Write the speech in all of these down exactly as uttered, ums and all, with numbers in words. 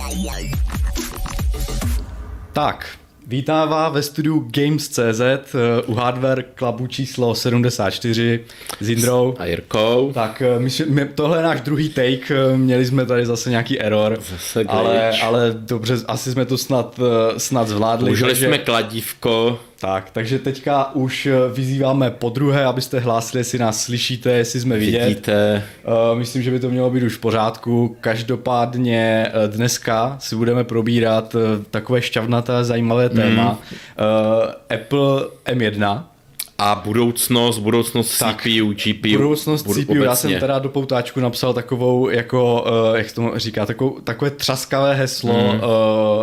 Tak, vítám vás ve studiu Games tečka cé zet u Hardware Clubu číslo sedmdesát čtyři s Jindrou. A Jirkou. Tak my, my, tohle je náš druhý take, měli jsme tady zase nějaký error, zase ale, ale dobře, asi jsme to snad, snad zvládli. Použili takže... jsme kladívko. Tak, takže teďka už vyzýváme podruhé, abyste hlásili, jestli nás slyšíte, jestli jsme vidět. Vidíte. Uh, myslím, že by to mělo být už v pořádku. Každopádně uh, dneska si budeme probírat uh, takové šťavnaté, zajímavé téma. Mm. Uh, Apple M jedna. A budoucnost, budoucnost tak, C P U, G P U. Budoucnost C P U, obecně. Já jsem teda do poutáčku napsal takovou, jako, uh, jak to říká, takovou, takové třaskavé heslo, mm. uh,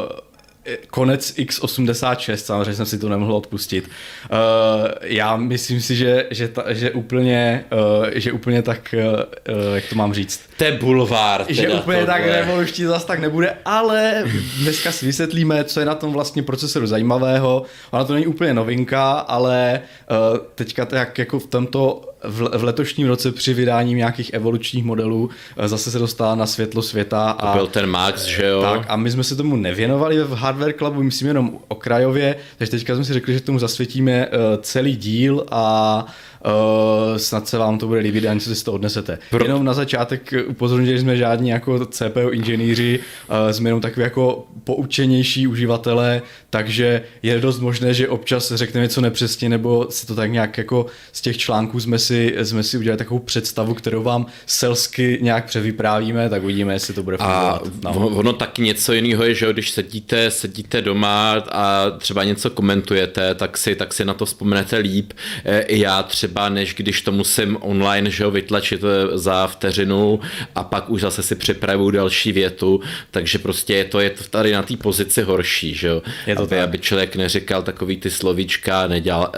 konec X osmdesát šest, samozřejmě jsem si to nemohl odpustit. Uh, já myslím si, že, že, ta, že úplně, uh, že úplně tak, uh, jak to mám říct? To je bulvár. Že úplně tak revoluční zase tak nebude, ale dneska si vysvětlíme, co je na tom vlastně procesoru zajímavého. Ona to není úplně novinka, ale uh, teďka tak jako v tomto v, v letošním roce při vydání nějakých evolučních modelů uh, zase se dostala na světlo světa. To a, byl ten Max, že jo? Tak a my jsme se tomu nevěnovali v Hardware Clubu, myslím jenom okrajově, takže teďka jsme si řekli, že tomu zasvětíme uh, celý díl a Uh, snad se vám to bude líbit a něco si z toho odnesete. Pro... Jenom na začátek upozorňuji, že jsme žádní jako C P U inženýři, uh, jsme jenom takový jako poučenější uživatelé, takže je dost možné, že občas řekneme něco nepřesně, nebo si to tak nějak jako z těch článků jsme si, jsme si udělali takovou představu, kterou vám selsky nějak převyprávíme, tak uvidíme, jestli to bude fungovat. A no. Ono taky něco jiného je, že když sedíte, sedíte doma a třeba něco komentujete, tak si, tak si na to vzpomenete líp. I já třeba Třeba než když to musím online, že ho, vytlačit za vteřinu a pak už zase si připravuju další větu, takže prostě je to, je to tady na té pozici horší, že jo. Je to aby, tak. aby člověk neříkal takový ty slovíčka, nedělal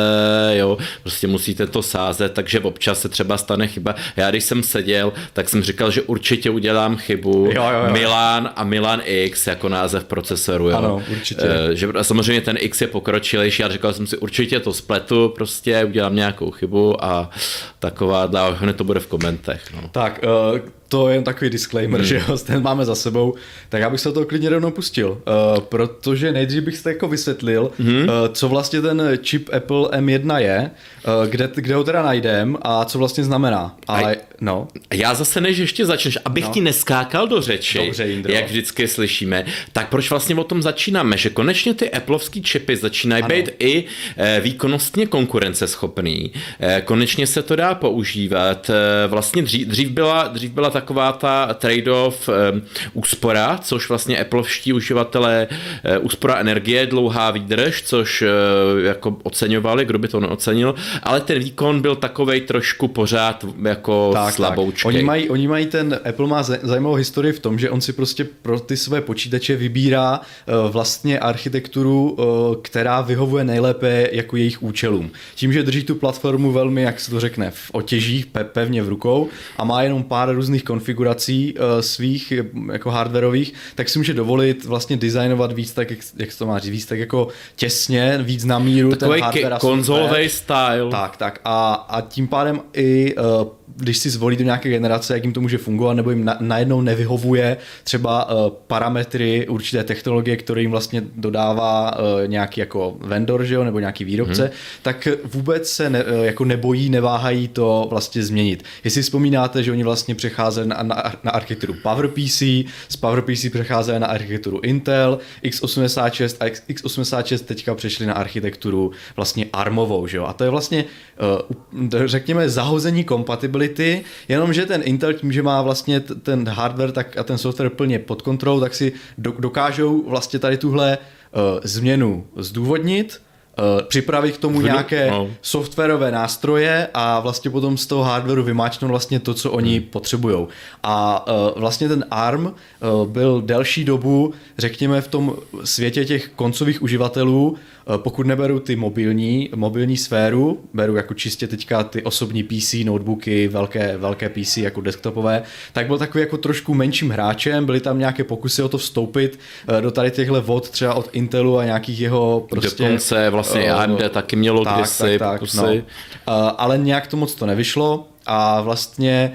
e, jo, prostě musíte to sázet, takže občas se třeba stane chyba. Já když jsem seděl, tak jsem říkal, že určitě udělám chybu. Jo, jo, jo. Milan a Milan X jako název procesoru, jo. Ano, určitě. E, že samozřejmě ten X je pokročilejší, já říkal jsem si určitě to spletu, prostě udělám nějakou chybu a taková, a hned to bude v komentech. No. Tak, uh, to je jen takový disclaimer, hmm. že jo, ten máme za sebou, tak já bych se to klidně rovnou pustil, uh, protože nejdřív bych si jako vysvětlil, hmm. uh, co vlastně ten čip Apple M jedna je, uh, kde, kde ho teda najdem a co vlastně znamená. Ale, no. Já zase než ještě začneš, abych no. ti neskákal do řeči, Dobře, jak vždycky slyšíme, tak proč vlastně o tom začínáme, že konečně ty Appleovský čipy začínají být i eh, výkonnostně konkurenceschopný, eh, konečně se to dá používat, eh, vlastně dřív, dřív byla, dřív byla ta taková ta trade-off um, úspora, což vlastně Appleovští uživatelé uh, úspora energie, dlouhá výdrž, což uh, jako oceňovali, kdo by to neocenil, ale ten výkon byl takovej trošku pořád jako tak, slaboučkej. Tak. Oni mají, oni mají ten, Apple má zajímavou historii v tom, že on si prostě pro ty své počítače vybírá uh, vlastně architekturu, uh, která vyhovuje nejlépe jako jejich účelům. Tím, že drží tu platformu velmi, jak se to řekne, v otěžích, pe- pevně v rukou a má jenom pár různých konfigurací uh, svých jako hardwareových, tak si může dovolit vlastně designovat víc tak, jak, jak to má říct, víc tak jako těsně, víc na míru. Takový ten hardware konzolový style. Tak, tak. A, a tím pádem i uh, když si zvolí do nějaké generace, jak jim to může fungovat, nebo jim na, najednou nevyhovuje třeba uh, parametry určité technologie, které jim vlastně dodává uh, nějaký jako vendor, že jo, nebo nějaký výrobce, hmm. tak vůbec se ne, uh, jako nebojí, neváhají to vlastně změnit. Jestli vzpomínáte, že oni vlastně přecházeli na, na, na architekturu PowerPC, z PowerPC přecházeli na architekturu Intel, X osmdesát šest a X osmdesát šest teďka přešli na architekturu vlastně ARMovou, že jo. A to je vlastně, uh, řekněme, zahození kompatibility, jenomže ten Intel tím, že má vlastně ten hardware tak a ten software plně pod kontrolou, tak si dokážou vlastně tady tuhle uh, změnu zdůvodnit, Uh, připravit k tomu nějaké no. softwarové nástroje a vlastně potom z toho hardwareu vymáčknout vlastně to, co oni hmm. potřebujou. A uh, vlastně ten ARM uh, byl delší dobu, řekněme, v tom světě těch koncových uživatelů, uh, pokud neberu ty mobilní, mobilní sféru, beru jako čistě teďka ty osobní P C, notebooky, velké, velké P C jako desktopové, tak byl takový jako trošku menším hráčem, byly tam nějaké pokusy o to vstoupit uh, do tady těchto vod třeba od Intelu a nějakých jeho prostě... Dokonce vlastně A M D taky mělo tak, kdysi tak, tak, no. uh, ale nějak to moc to nevyšlo a vlastně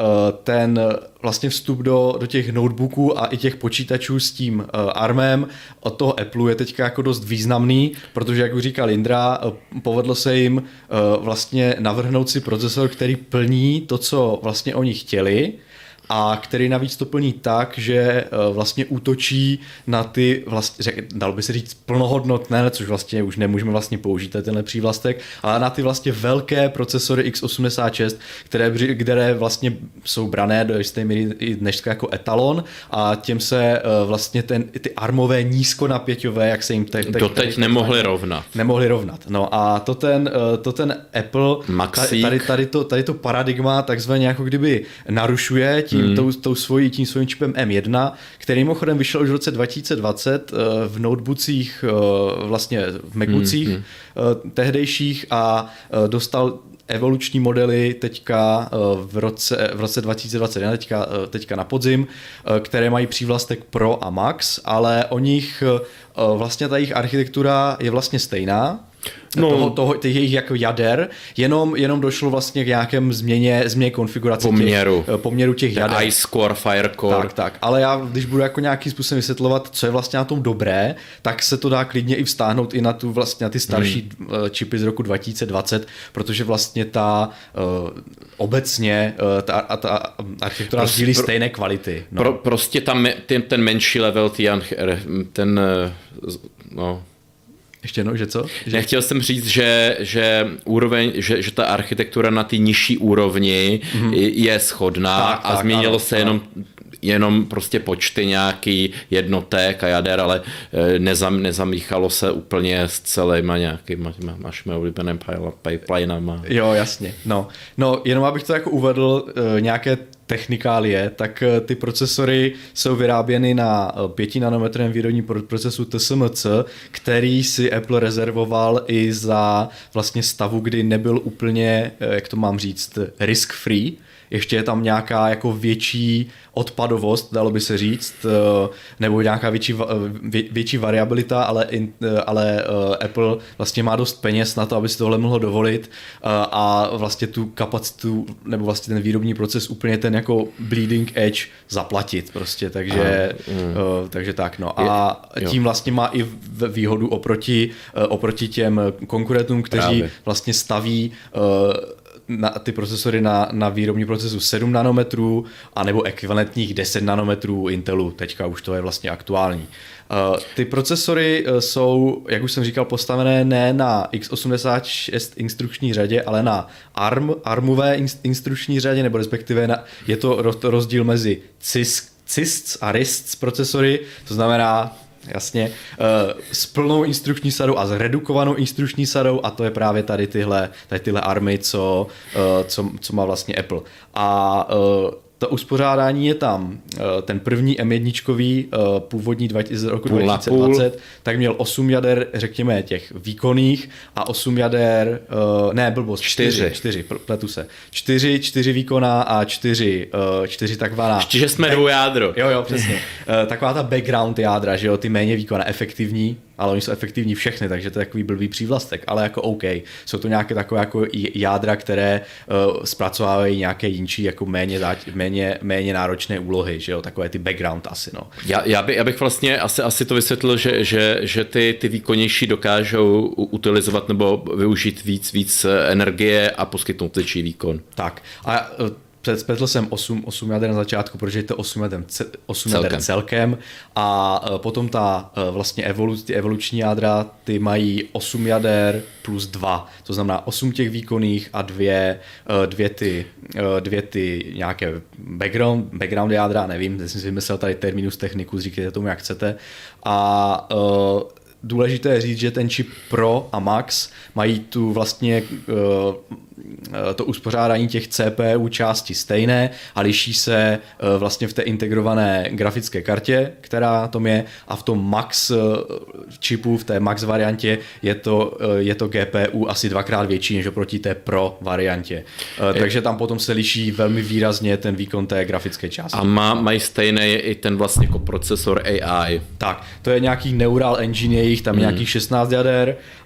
ten vlastně vstup do, do těch notebooků a i těch počítačů s tím ARMem od toho Apple je teďka jako dost významný, protože jak už říkal Jindra, povedlo se jim vlastně navrhnout si procesor, který plní to, co vlastně oni chtěli, a který navíc to plní tak, že vlastně útočí na ty, vlastně, dalo by se říct plnohodnotné, což vlastně už nemůžeme vlastně použít tenhle přívlastek, ale na ty vlastně velké procesory x osmdesát šest, které, které vlastně jsou brané do jisté míry i dneska jako etalon a těm se vlastně ten, ty armové nízkonapěťové, jak se jim te, te, doteď nemohli rovnat. Nemohli rovnat. No a to ten, to ten Apple, tady, tady, to, tady to paradigma takzvaně jako kdyby narušuje tím, Hmm. tou, tou svojí, tím svým čipem M jedna, který mimochodem vyšel už v roce dva tisíce dvacet v notebookcích, vlastně v MacBookcích hmm. tehdejších a dostal evoluční modely teďka v roce, v roce dva tisíce dvacet jedna, teďka, teďka na podzim, které mají přívlastek Pro a Max, ale o nich vlastně ta jejich architektura je vlastně stejná. No. Toho, toho, těch jejich jako jader, jenom, jenom došlo vlastně k nějakém změně, změně konfigurace poměru. těch, poměru těch jader. iScore, Firecore. Tak, tak, ale já, když budu jako nějakým způsobem vysvětlovat, co je vlastně na tom dobré, tak se to dá klidně i vztáhnout i na, tu, vlastně, na ty starší hmm. čipy z roku dva tisíce dvacet, protože vlastně ta uh, obecně uh, ta, ta architektura Prost, sdílí pro, stejné kvality. No. Pro, prostě tam ten, ten menší level, ten, ten no... Ještě jednou, že co? Že... Nechtěl jsem říct, že, že, úroveň, že, že ta architektura na té nižší úrovni mm-hmm. je shodná tak, a tak, změnilo ano, se jenom, jenom prostě počty nějaký jednotek a jader, ale nezam, nezamíchalo se úplně s celýma nějakýma našimi oblíbenými pipelinama. Jo, jasně. No, no jenom abych to jako uvedl, nějaké technikálie, tak ty procesory jsou vyráběny na pěti nanometrovém výrobním procesu T S M C, který si Apple rezervoval i za vlastně stavu, kdy nebyl úplně, jak to mám říct, risk free. Ještě je tam nějaká jako větší odpadovost, dalo by se říct, nebo nějaká větší, větší variabilita, ale, ale Apple vlastně má dost peněz na to, aby si tohle mohlo dovolit a vlastně tu kapacitu, nebo vlastně ten výrobní proces úplně ten jako bleeding edge zaplatit prostě, takže, mm. takže tak no. A tím vlastně má i výhodu oproti, oproti těm konkurentům, kteří Právě. vlastně staví na ty procesory na, na výrobní procesu sedm nanometrů a nebo ekvivalentních deset nanometrů Intelu, teďka už to je vlastně aktuální. Uh, ty procesory uh, jsou, jak už jsem říkal, postavené ne na x osmdesát šest instrukční řadě, ale na ARM, ARMové instrukční řadě, nebo respektive na, je to rozdíl mezi C I S C a R I S C procesory, to znamená jasně, s plnou instrukční sadou a s redukovanou instrukční sadou a to je právě tady tyhle, tady tyhle army, co, co, co má vlastně Apple. A to uspořádání je tam, ten první M jedna původní z roku půl dva tisíce dvacet, tak měl osm jader, řekněme, těch výkonných a osm jader, ne, blbost, čtyři, čtyři, pletu se, čtyři, čtyři výkonná a čtyři, čtyři takzvaná. Ještě, že jsme dvou jádro. Jo, jo, přesně. Taková ta background jádra, že jo, ty méně výkonné, efektivní, ale oni jsou efektivní všechny, takže to je takový blbý přívlastek, ale jako OK. Jsou to nějaké takové jako jádra, které uh, zpracovávají nějaké jinčí jako méně, méně, méně náročné úlohy, že jo, takové ty background asi, no. Já, já, by, já bych vlastně asi, asi to vysvětlil, že, že, že ty, ty výkonnější dokážou utilizovat nebo využít víc, víc energie a poskytnout větší výkon. Tak a uh, Předspletl jsem osm jader na začátku, protože je to osm jader, osm jader celkem. celkem a potom ta vlastně evolu, ty evoluční jádra, ty mají osm jader plus dva, to znamená osm těch výkonných a dvě, dvě, ty, dvě ty nějaké background, background jádra, nevím, jsem si vymyslel tady terminus technicus, říkejte tomu jak chcete a uh, důležité je říct, že ten čip Pro a Max mají tu vlastně uh, to uspořádání těch C P U části stejné a liší se vlastně v té integrované grafické kartě, která tom je, a v tom Max čipu, v té Max variantě je to, je to G P U asi dvakrát větší než oproti té Pro variantě. Takže tam potom se liší velmi výrazně ten výkon té grafické části. A má, mají stejný i ten vlastně jako procesor A I. Tak, to je nějaký neural engine jejich, tam hmm. nějakých šestnáct jader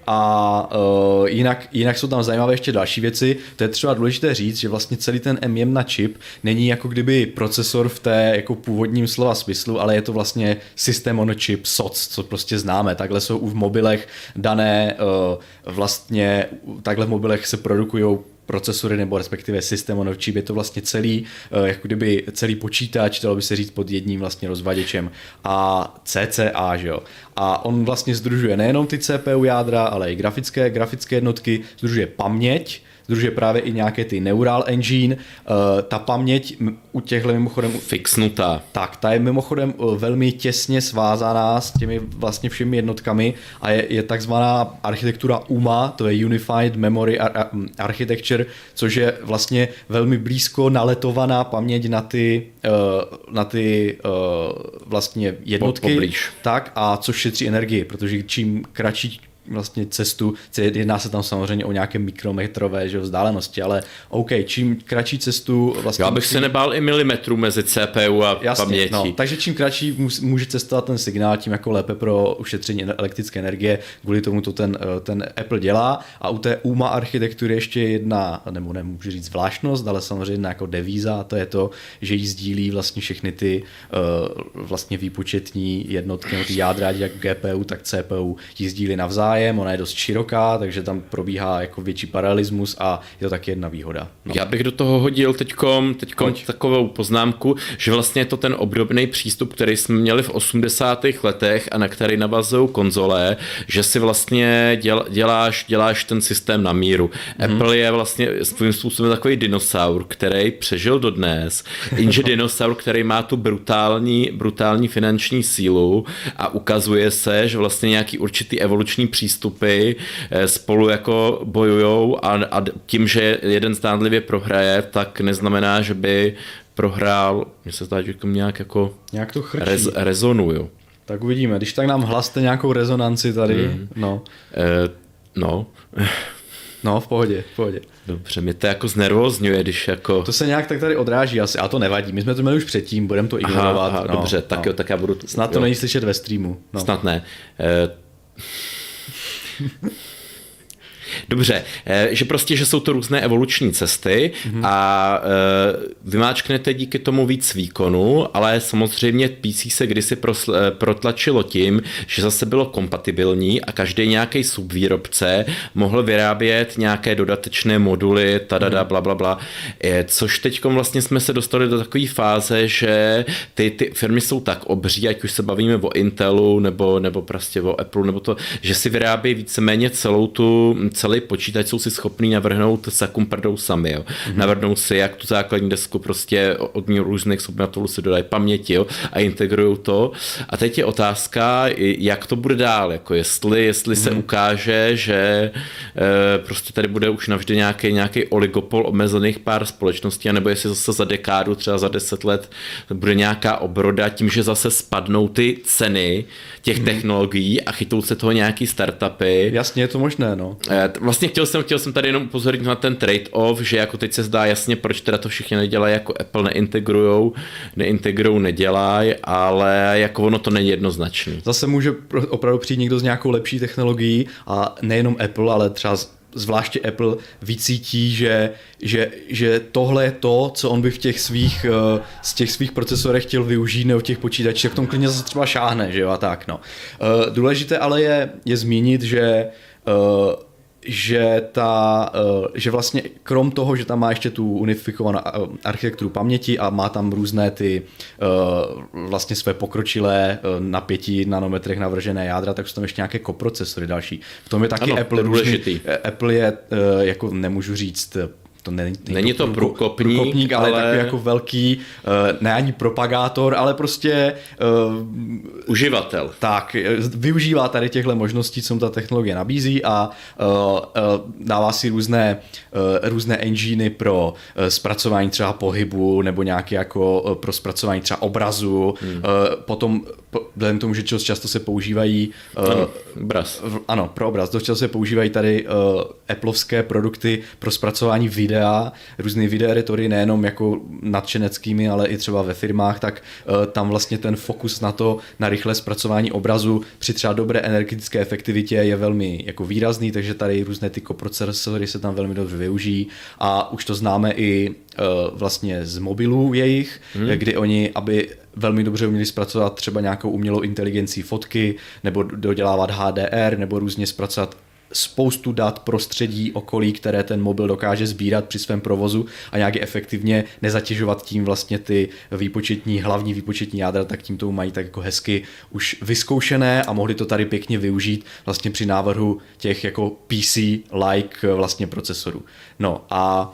A uh, jinak, jinak jsou tam zajímavé ještě další věci. To je třeba důležité říct, že vlastně celý ten M jedna chip není jako kdyby procesor v té jako původním slova smyslu, ale je to vlastně system on a chip, S O C, co prostě známe. Takhle jsou v mobilech dané uh, vlastně, takhle v mobilech se produkují procesory nebo respektive systém on a chip, je to vlastně celý, jako kdyby celý počítač, dalo by se říct pod jedním vlastně rozvaděčem a C C A, že jo. A on vlastně sdružuje nejenom ty C P U jádra, ale i grafické, grafické jednotky, sdružuje paměť, sdružuje právě i nějaké ty neural engine. Uh, ta paměť u těchhle mimochodem... Fixnutá. Tak, ta je mimochodem velmi těsně svázaná s těmi vlastně všemi jednotkami a je, je takzvaná architektura U M A, to je Unified Memory Architecture, což je vlastně velmi blízko naletovaná paměť na ty, uh, na ty uh, vlastně jednotky. Tak, a což šetří energii, protože čím kratší vlastně cestu, jedná se tam samozřejmě o nějaké mikrometrové, že, vzdálenosti, ale OK, čím kratší cestu vlastně... Já bych musí... se nebál i milimetrů mezi C P U a Jasně, pamětí. No, takže čím kratší může cestovat ten signál, tím jako lépe pro ušetření elektrické energie, kvůli tomu to ten, ten Apple dělá. A u té U M A architektury ještě jedna, nebo nemůžu říct zvláštnost, ale samozřejmě jako devíza, to je to, že jí sdílí vlastně všechny ty uh, vlastně výpočetní jednotky, ty jádra, jak G P U, tak C P U, jí sdílí navzájem. Ona je dost široká, takže tam probíhá jako větší paralelismus a je to taky jedna výhoda. No. Já bych do toho hodil teďkom, teďkom takovou poznámku, že vlastně je to ten obdobný přístup, který jsme měli v osmdesátých letech a na který navazují konzole, že si vlastně děl, děláš, děláš ten systém na míru. Mm. Apple je vlastně svým způsobem takový dinosaur, který přežil dodnes, jenže dinosaur, který má tu brutální, brutální finanční sílu a ukazuje se, že vlastně nějaký určitý evoluční přístup přístupy spolu jako bojujou a, a tím, že jeden zdánlivě prohraje, tak neznamená, že by prohrál, mně se zdá, že nějak jako nějak to rez, rezonuju. Tak uvidíme, když tak nám hlaste nějakou rezonanci tady, mm. no. E, no. No, v pohodě, v pohodě. Dobře, mě to jako znervózňuje, když jako... To se nějak tak tady odráží asi, a to nevadí. My jsme to měli už předtím, budeme to ignorovat. Aha, aha, no, dobře, tak no. jo, tak já budu... Snad to jo. Není slyšet ve streamu. No. Snad ne. E... Dobře, že prostě, že jsou to různé evoluční cesty mm-hmm. a vymáčknete díky tomu víc výkonu, ale samozřejmě P C se kdysi protlačilo tím, že zase bylo kompatibilní a každý nějaký subvýrobce mohl vyrábět nějaké dodatečné moduly, tadada, bla, bla, bla. Což teďkom vlastně jsme se dostali do takové fáze, že ty, ty firmy jsou tak obří, ať už se bavíme o Intelu nebo, nebo prostě o Apple, nebo to, že si vyrábí víceméně celou tu celý počítač jsou si schopný navrhnout sakum prdou sami, jo. Mm-hmm. Navrhnout si jak tu základní desku prostě od různých subnatorů si dodají paměti, jo, a integrují to. A teď je otázka, jak to bude dál, jako jestli, jestli mm-hmm. se ukáže, že e, prostě tady bude už navždy nějaký, nějaký oligopol omezených pár společností, anebo jestli zase za dekádu, třeba za deset let bude nějaká obroda tím, že zase spadnou ty ceny těch mm-hmm. technologií a chytou se toho nějaký startupy. Jasně, je to možné, no. E, Vlastně chtěl jsem, chtěl jsem tady jenom upozornit na ten trade-off, že jako teď se zdá jasně, proč teda to všichni nedělají, jako Apple neintegrujou, neintegrujou, nedělají, ale jako ono to není jednoznačný. Zase může opravdu přijít někdo s nějakou lepší technologií a nejenom Apple, ale třeba zvláště Apple vycítí, že, že, že tohle je to, co on by v těch svých, z těch svých procesorech chtěl využít nebo v těch počítačích, v tom klidně zase třeba šáhne, že jo, a tak, no. Důležité ale je, je zmínit, že že ta, že vlastně krom toho, že tam má ještě tu unifikovanou architekturu paměti a má tam různé ty vlastně své pokročilé na pěti nanometrech navržené jádra, tak jsou tam ještě nějaké koprocesory další. V tom je taky ano, Apple důležitý. Apple je, jako nemůžu říct, to není, není to průkopník, průkopník ale, ale takový jako velký, ne ani propagátor, ale prostě uh, uživatel. Tak, využívá tady těchto možností, co ta technologie nabízí a uh, uh, dává si různé, uh, různé enginy pro uh, zpracování třeba pohybu nebo nějaké jako uh, pro zpracování třeba obrazu. Hmm. Uh, potom p- vzhledem k tomu, že často se používají ano, obraz. Ano, pro obraz. Dost často se používají tady uh, Appleovské produkty pro zpracování videa, různé videoeditory, nejenom jako nadšeneckými, ale i třeba ve firmách, tak uh, tam vlastně ten fokus na to, na rychlé zpracování obrazu při třeba dobré energetické efektivitě je velmi jako výrazný, takže tady různé ty koprocesory se tam velmi dobře využijí a už to známe i uh, vlastně z mobilů jejich, hmm. kdy oni, aby velmi dobře uměli zpracovat třeba nějakou umělou inteligencí fotky, nebo dodělávat H D R, nebo různě zpracovat spoustu dat, prostředí, okolí, které ten mobil dokáže sbírat při svém provozu a nějak efektivně nezatěžovat tím vlastně ty výpočetní, hlavní výpočetní jádra, tak tím to mají tak jako hezky už vyzkoušené a mohli to tady pěkně využít vlastně při návrhu těch jako P C-like vlastně procesorů. No a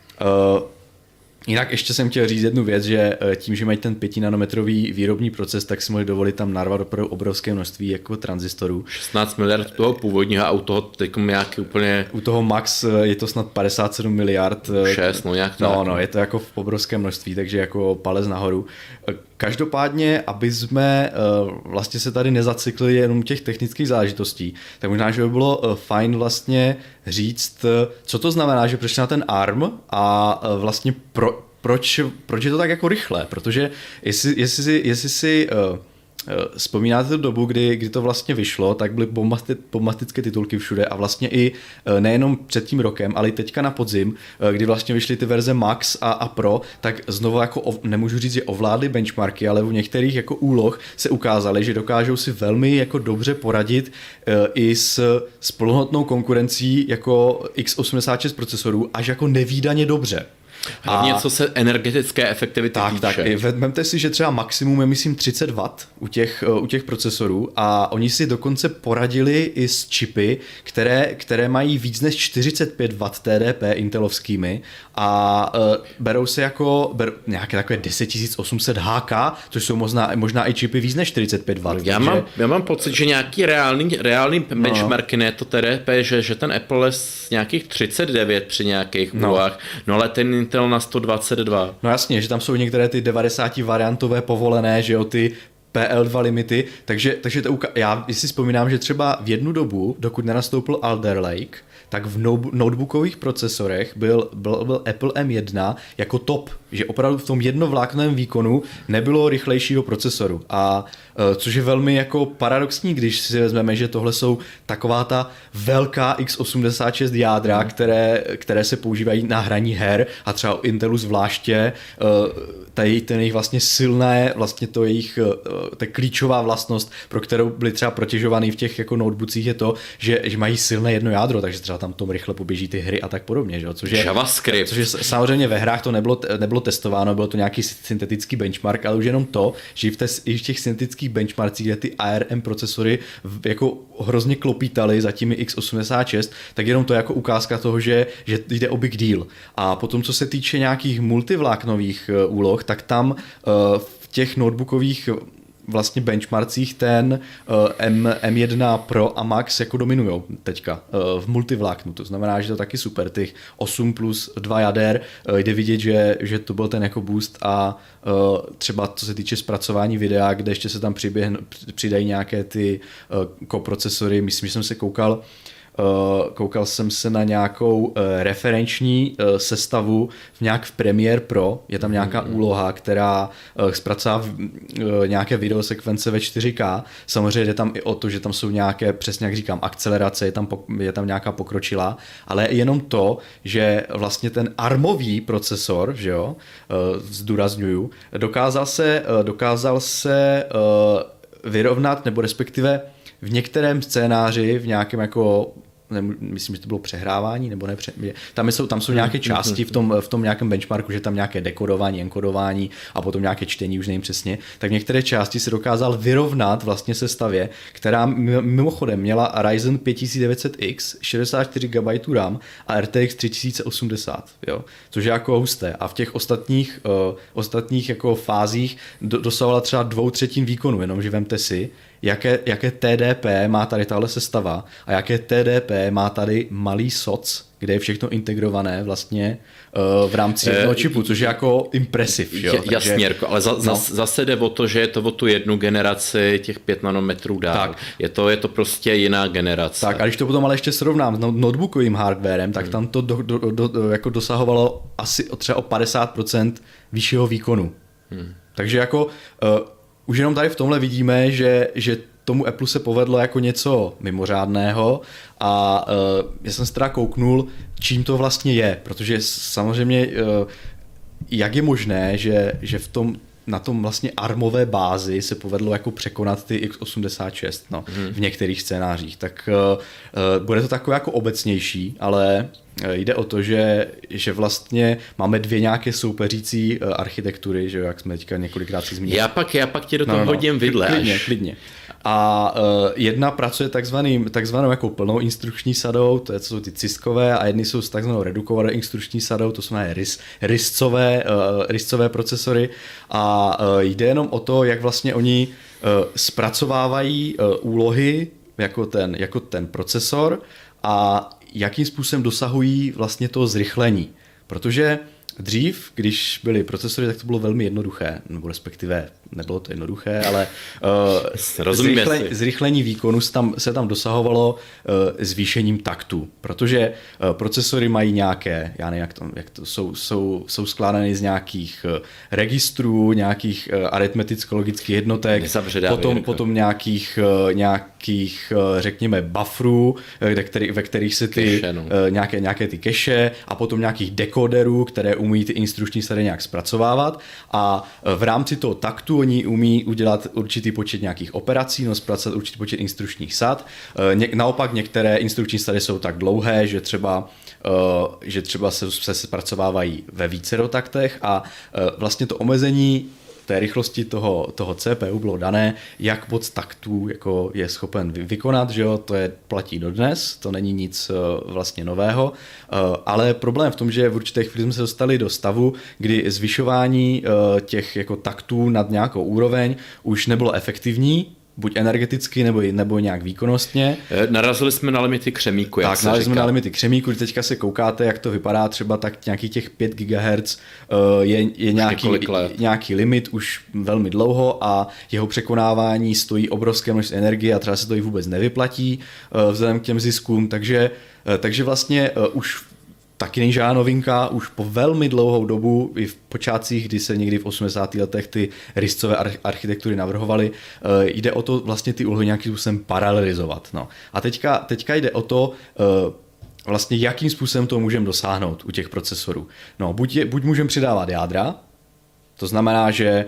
uh, jinak ještě jsem chtěl říct jednu věc, že tím, že mají ten pětinanometrový výrobní proces, tak si mohli dovolit tam narvat opravdu obrovské množství jako tranzistorů. šestnáct miliard toho původního a u toho teď nějaký úplně... U toho Max je to snad padesát sedm miliard. šest, no nějak tak. No, no, je to jako v obrovském množství, takže jako palec nahoru. Každopádně, aby jsme vlastně se tady nezacyklili jenom těch technických záležitostí, tak možná, že by bylo fajn vlastně říct, co to znamená, že přešli na ten A R M a vlastně pro, proč, proč je to tak jako rychle, protože jestli, jestli si, jestli si uh, vzpomínáte tu dobu, kdy, kdy to vlastně vyšlo, tak byly bombastické titulky všude a vlastně i nejenom před tím rokem, ale i teďka na podzim, kdy vlastně vyšly ty verze Max a, a Pro, tak znovu jako nemůžu říct, že ovládli benchmarky, ale u některých jako úloh se ukázaly, že dokážou si velmi jako dobře poradit i s, s plnohodnotnou konkurencí jako X osmdesát šest procesorů až jako nevídaně dobře. Hlavně co se energetické efektivity tak, týče. Tak, vezměte si, že třeba maximum je myslím třicet wattů u těch, u těch procesorů a oni si dokonce poradili i s čipy, které, které mají víc než čtyřicet pět wattů T D P intelovskými a uh, berou se jako ber, nějaké takové deset tisíc osm set H K, což jsou možná, možná i čipy víc než čtyřicet pět wattů. Já, takže... mám, já mám pocit, že nějaký reálný, reálný benchmarky, no. Ne to T D P, že, že ten Apple je z nějakých třicet devět při nějakých no. úvah, no ale ten Intel na sto dvacet dva. No jasně, že tam jsou některé ty devadesát variantové povolené, že jo, ty P L dva limity, takže, takže to uka- já si vzpomínám, že třeba v jednu dobu, dokud nenastoupil Alder Lake, tak v no- notebookových procesorech byl, byl, byl Apple M jedna jako top, že opravdu v tom jednovláknovém výkonu nebylo rychlejšího procesoru a což je velmi jako paradoxní, když si vezmeme, že tohle jsou taková ta velká X osmdesát šest jádra, hmm. které, které se používají na hraní her a třeba u Intelu zvláště tady ten jejich vlastně silné, vlastně to jejich ta klíčová vlastnost, pro kterou byly třeba protěžovaný v těch jako notebookcích je to, že, že mají silné jedno jádro, takže třeba tam tom rychle poběží ty hry a tak podobně, že jo? Což je, JavaScript. Což je samozřejmě ve hrách to nebylo, nebylo testováno, bylo to nějaký syntetický benchmark, ale už jenom to, že v, té, i v těch syntetických benchmarkcích, kde ty A R M procesory jako hrozně klopítaly za těmi X osmdesát šest, tak jenom to je jako ukázka toho, že, že jde o big deal. A potom, co se týče nějakých multivláknových úloh, tak tam uh, v těch notebookových vlastně benchmarkcích ten uh, M, M1 Pro a Max jako dominujou teďka uh, v multivláknu, to znamená, že to taky super, těch osm plus dva jader, uh, jde vidět, že, že to byl ten jako boost a uh, třeba co se týče zpracování videa, kde ještě se tam přiběhn, přidají nějaké ty uh, koprocesory, myslím, že jsem se koukal Uh, koukal jsem se na nějakou uh, referenční uh, sestavu v nějak v Premiere Pro, je tam nějaká mm-hmm. úloha, která uh, zpracová uh, nějaké videosekvence ve čtyři ká, samozřejmě jde tam i o to, že tam jsou nějaké, přesně jak říkám, akcelerace, je tam, je tam nějaká pokročilá, ale jenom to, že vlastně ten armový procesor, že jo, uh, zdůrazňuju, dokázal se, uh, dokázal se uh, vyrovnat, nebo respektive v některém scénáři, v nějakém jako, ne, myslím, že to bylo přehrávání, nebo ne, tam jsou, tam jsou nějaké části v tom, v tom nějakém benchmarku, že tam nějaké dekodování, enkodování a potom nějaké čtení, už nevím přesně, tak v některé části se dokázal vyrovnat vlastně sestavě, která mimochodem měla Ryzen pět devět set X, šedesát čtyři gigabajtů RAM a R T X tři tisíce osmdesát, jo, což je jako husté. A v těch ostatních, uh, ostatních jako fázích do, dosahovala třeba dvou třetin výkonu, jenomže vemte si, jaké, jaké T D P má tady tahle sestava a jaké T D P má tady malý soc, kde je všechno integrované vlastně uh, v rámci jednoho čipu, což je jako impresiv. Jo? Takže, jasně, Jirko, ale za, no. zas, zase jde o to, že je to o tu jednu generaci těch pět nanometrů dál. Tak. Je, to, je to prostě jiná generace. Tak a když to potom ale ještě srovnám s notebookovým hardwarem, tak hmm. tam to do, do, do, do, jako dosahovalo asi třeba o padesát procent vyššího výkonu. Hmm. Takže jako uh, už jenom tady v tomhle vidíme, že, že tomu Apple se povedlo jako něco mimořádného a uh, já jsem se teda kouknul, čím to vlastně je, protože samozřejmě uh, jak je možné, že, že v tom na tom vlastně armové bázi se povedlo jako překonat ty X osmdesát šest no, hmm. v některých scénářích. Tak uh, uh, bude to takové jako obecnější, ale jde o to, že, že vlastně máme dvě nějaké soupeřící uh, architektury, že jak jsme teďka několikrát si zmínili. Já pak, já pak tě do toho no, no, hodím vidle. Klidně, až. klidně. A uh, jedna pracuje takzvaným, takzvanou jako plnou instrukční sadou, to je, co jsou ty ciskové, a jedny jsou s takzvanou redukovanou instrukční sadou, to jsou RIS, RIScové, uh, RIScové procesory. A uh, jde jenom o to, jak vlastně oni uh, zpracovávají uh, úlohy jako ten, jako ten procesor a jakým způsobem dosahují vlastně to zrychlení. Protože dřív, když byly procesory, tak to bylo velmi jednoduché, nebo respektive nebylo to jednoduché, ale uh, zrychlení, zrychlení výkonu se tam, se tam dosahovalo uh, zvýšením taktu, protože uh, procesory mají nějaké, já nevím, jak to, jak to jsou, jsou, jsou skládány z nějakých uh, registrů, nějakých uh, aritmeticko-logických jednotek, potom, potom nějakých, uh, nějakých uh, řekněme, bufferů, ve, který, ve kterých se ty cache, no. uh, nějaké, nějaké ty cache a potom nějakých dekoderů, které umí ty instrukční sady nějak zpracovávat a uh, v rámci toho taktu oni umí udělat určitý počet nějakých operací, no zpracovat určitý počet instrukčních sad. Naopak některé instrukční sady jsou tak dlouhé, že třeba, že třeba se, se zpracovávají ve vícero taktech a vlastně to omezení té rychlosti toho, toho C P U bylo dané, jak moc taktů jako je schopen vykonat, že jo, to je platí dodnes, to není nic vlastně nového, ale problém v tom, že v určité chvíli jsme se dostali do stavu, kdy zvyšování těch jako taktů nad nějakou úroveň už nebylo efektivní, buď energeticky, nebo, nebo nějak výkonnostně. Narazili jsme na limity křemíku, jak Tak, narazili jsme na limity křemíku, když teďka se koukáte, jak to vypadá, třeba tak nějaký těch pět gigahertzů je, je nějaký, nějaký limit už velmi dlouho a jeho překonávání stojí obrovské množství energie a třeba se to i vůbec nevyplatí vzhledem k těm ziskům, takže, takže vlastně už taky není žádná novinka, už po velmi dlouhou dobu, i v počátcích, kdy se někdy v osmdesátých letech ty RIScové architektury navrhovaly, jde o to vlastně ty úlohy nějakým způsobem paralelizovat. No. A teďka, teďka jde o to, vlastně jakým způsobem to můžeme dosáhnout u těch procesorů. No, buď, je, buď můžeme přidávat jádra, to znamená, že,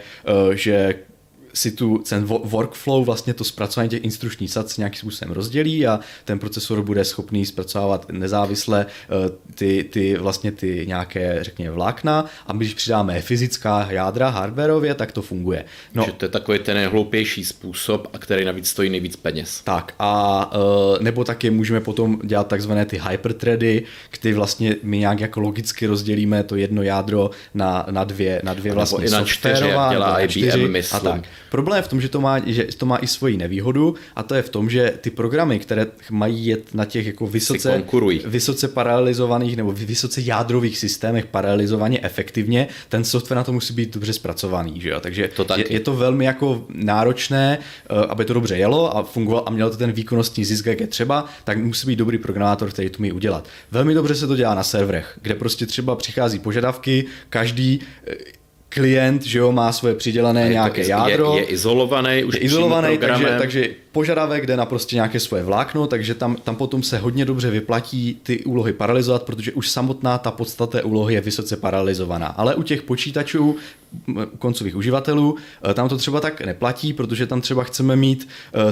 že si tu ten workflow, vlastně to zpracování těch instrukčních sad nějakým způsobem rozdělí a ten procesor bude schopný zpracovávat nezávisle ty, ty vlastně ty nějaké, řekněme, vlákna a když přidáme fyzická jádra hardwareově, tak to funguje. No, že to je takový ten nejhloupější způsob, a který navíc stojí nejvíc peněz. Tak a nebo taky můžeme potom dělat takzvané ty hyperthready, kdy vlastně my nějak jako logicky rozdělíme to jedno jádro na, na dvě, na dvě vlastně nebo i na čtyři, jak dělá I B M, myslím. A tak. Problém je v tom, že to, má, že to má i svoji nevýhodu a to je v tom, že ty programy, které mají jet na těch jako vysoce, vysoce paralelizovaných nebo vysoce jádrových systémech paralelizovaně efektivně, ten software na to musí být dobře zpracovaný. Že jo? Takže to je, je to velmi jako náročné, aby to dobře jelo a fungovalo a mělo to ten výkonnostní zisk, jak je třeba, tak musí být dobrý programátor, který to umí udělat. Velmi dobře se to dělá na serverech, kde prostě třeba přichází požadavky, každý klient, že jo, má svoje přidělené je nějaké to, jádro. Je, je izolovaný už je izolovaný, takže, takže požadavek jde na prostě nějaké svoje vlákno, takže tam, tam potom se hodně dobře vyplatí ty úlohy paralelizovat, protože už samotná ta podstata úlohy je vysoce paralelizovaná. Ale u těch počítačů, u koncových uživatelů, tam to třeba tak neplatí, protože tam třeba chceme mít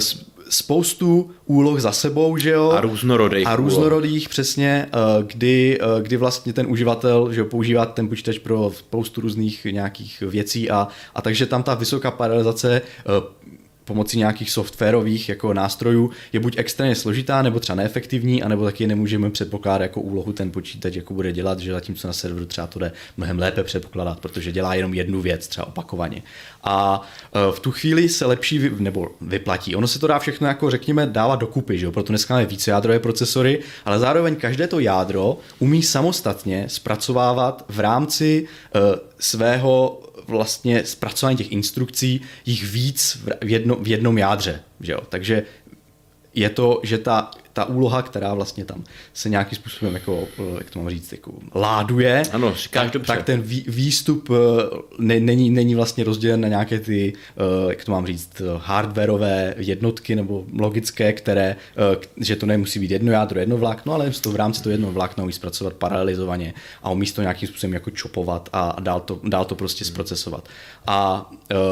spoustu úloh za sebou, že jo? A různorodých. A různorodých, přesně, kdy, kdy vlastně ten uživatel, že jo, používá ten počítač pro spoustu různých nějakých věcí a, a takže tam ta vysoká paralelizace pomocí nějakých softwarových jako nástrojů je buď extrémně složitá, nebo třeba neefektivní, anebo taky nemůžeme předpokládat jako úlohu ten počítač, jako bude dělat, že zatímco na serveru třeba to jde mnohem lépe předpokládat, protože dělá jenom jednu věc, třeba opakovaně. A v tu chvíli se lepší vy, nebo vyplatí. Ono se to dá všechno jako řekněme dávat dokupy, že jo? Proto dneska máme vícejádrové procesory, ale zároveň každé to jádro umí samostatně zpracovávat v rámci uh, svého vlastně zpracování těch instrukcí jich víc v, jedno, v jednom jádře. Že jo? Takže je to, že ta, ta úloha, která vlastně tam se nějakým způsobem, jako, jak to mám říct, jako láduje, ano, říkáš tak, dobře. tak ten vý, výstup ne, není, není vlastně rozdělen na nějaké ty, jak to mám říct, hardwareové jednotky nebo logické, které, že to nemusí být jedno jádro, jedno vlákno, ale to v rámci toho jednoho vlákna umí zpracovat paralelizovaně a umí to nějakým způsobem jako čopovat a dál to, dál to prostě zprocesovat. A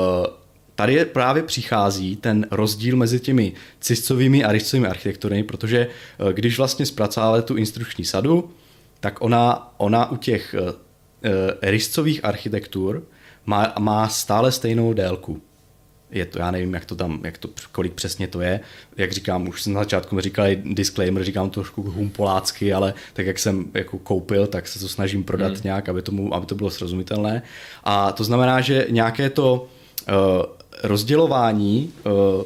tady je právě přichází ten rozdíl mezi těmi ciscovými a richtcovými architekturami, protože když vlastně zpracováváte tu instrukční sadu, tak ona, ona u těch uh, richtcových architektur má, má stále stejnou délku. Je to, já nevím, jak to tam, jak to, kolik přesně to je. Jak říkám, už jsem na začátku říkal disclaimer, říkám to trošku humpolácky, ale tak jak jsem jako koupil, tak se to snažím prodat hmm. nějak, aby, tomu, aby to bylo srozumitelné. A to znamená, že nějaké to uh, rozdělování uh,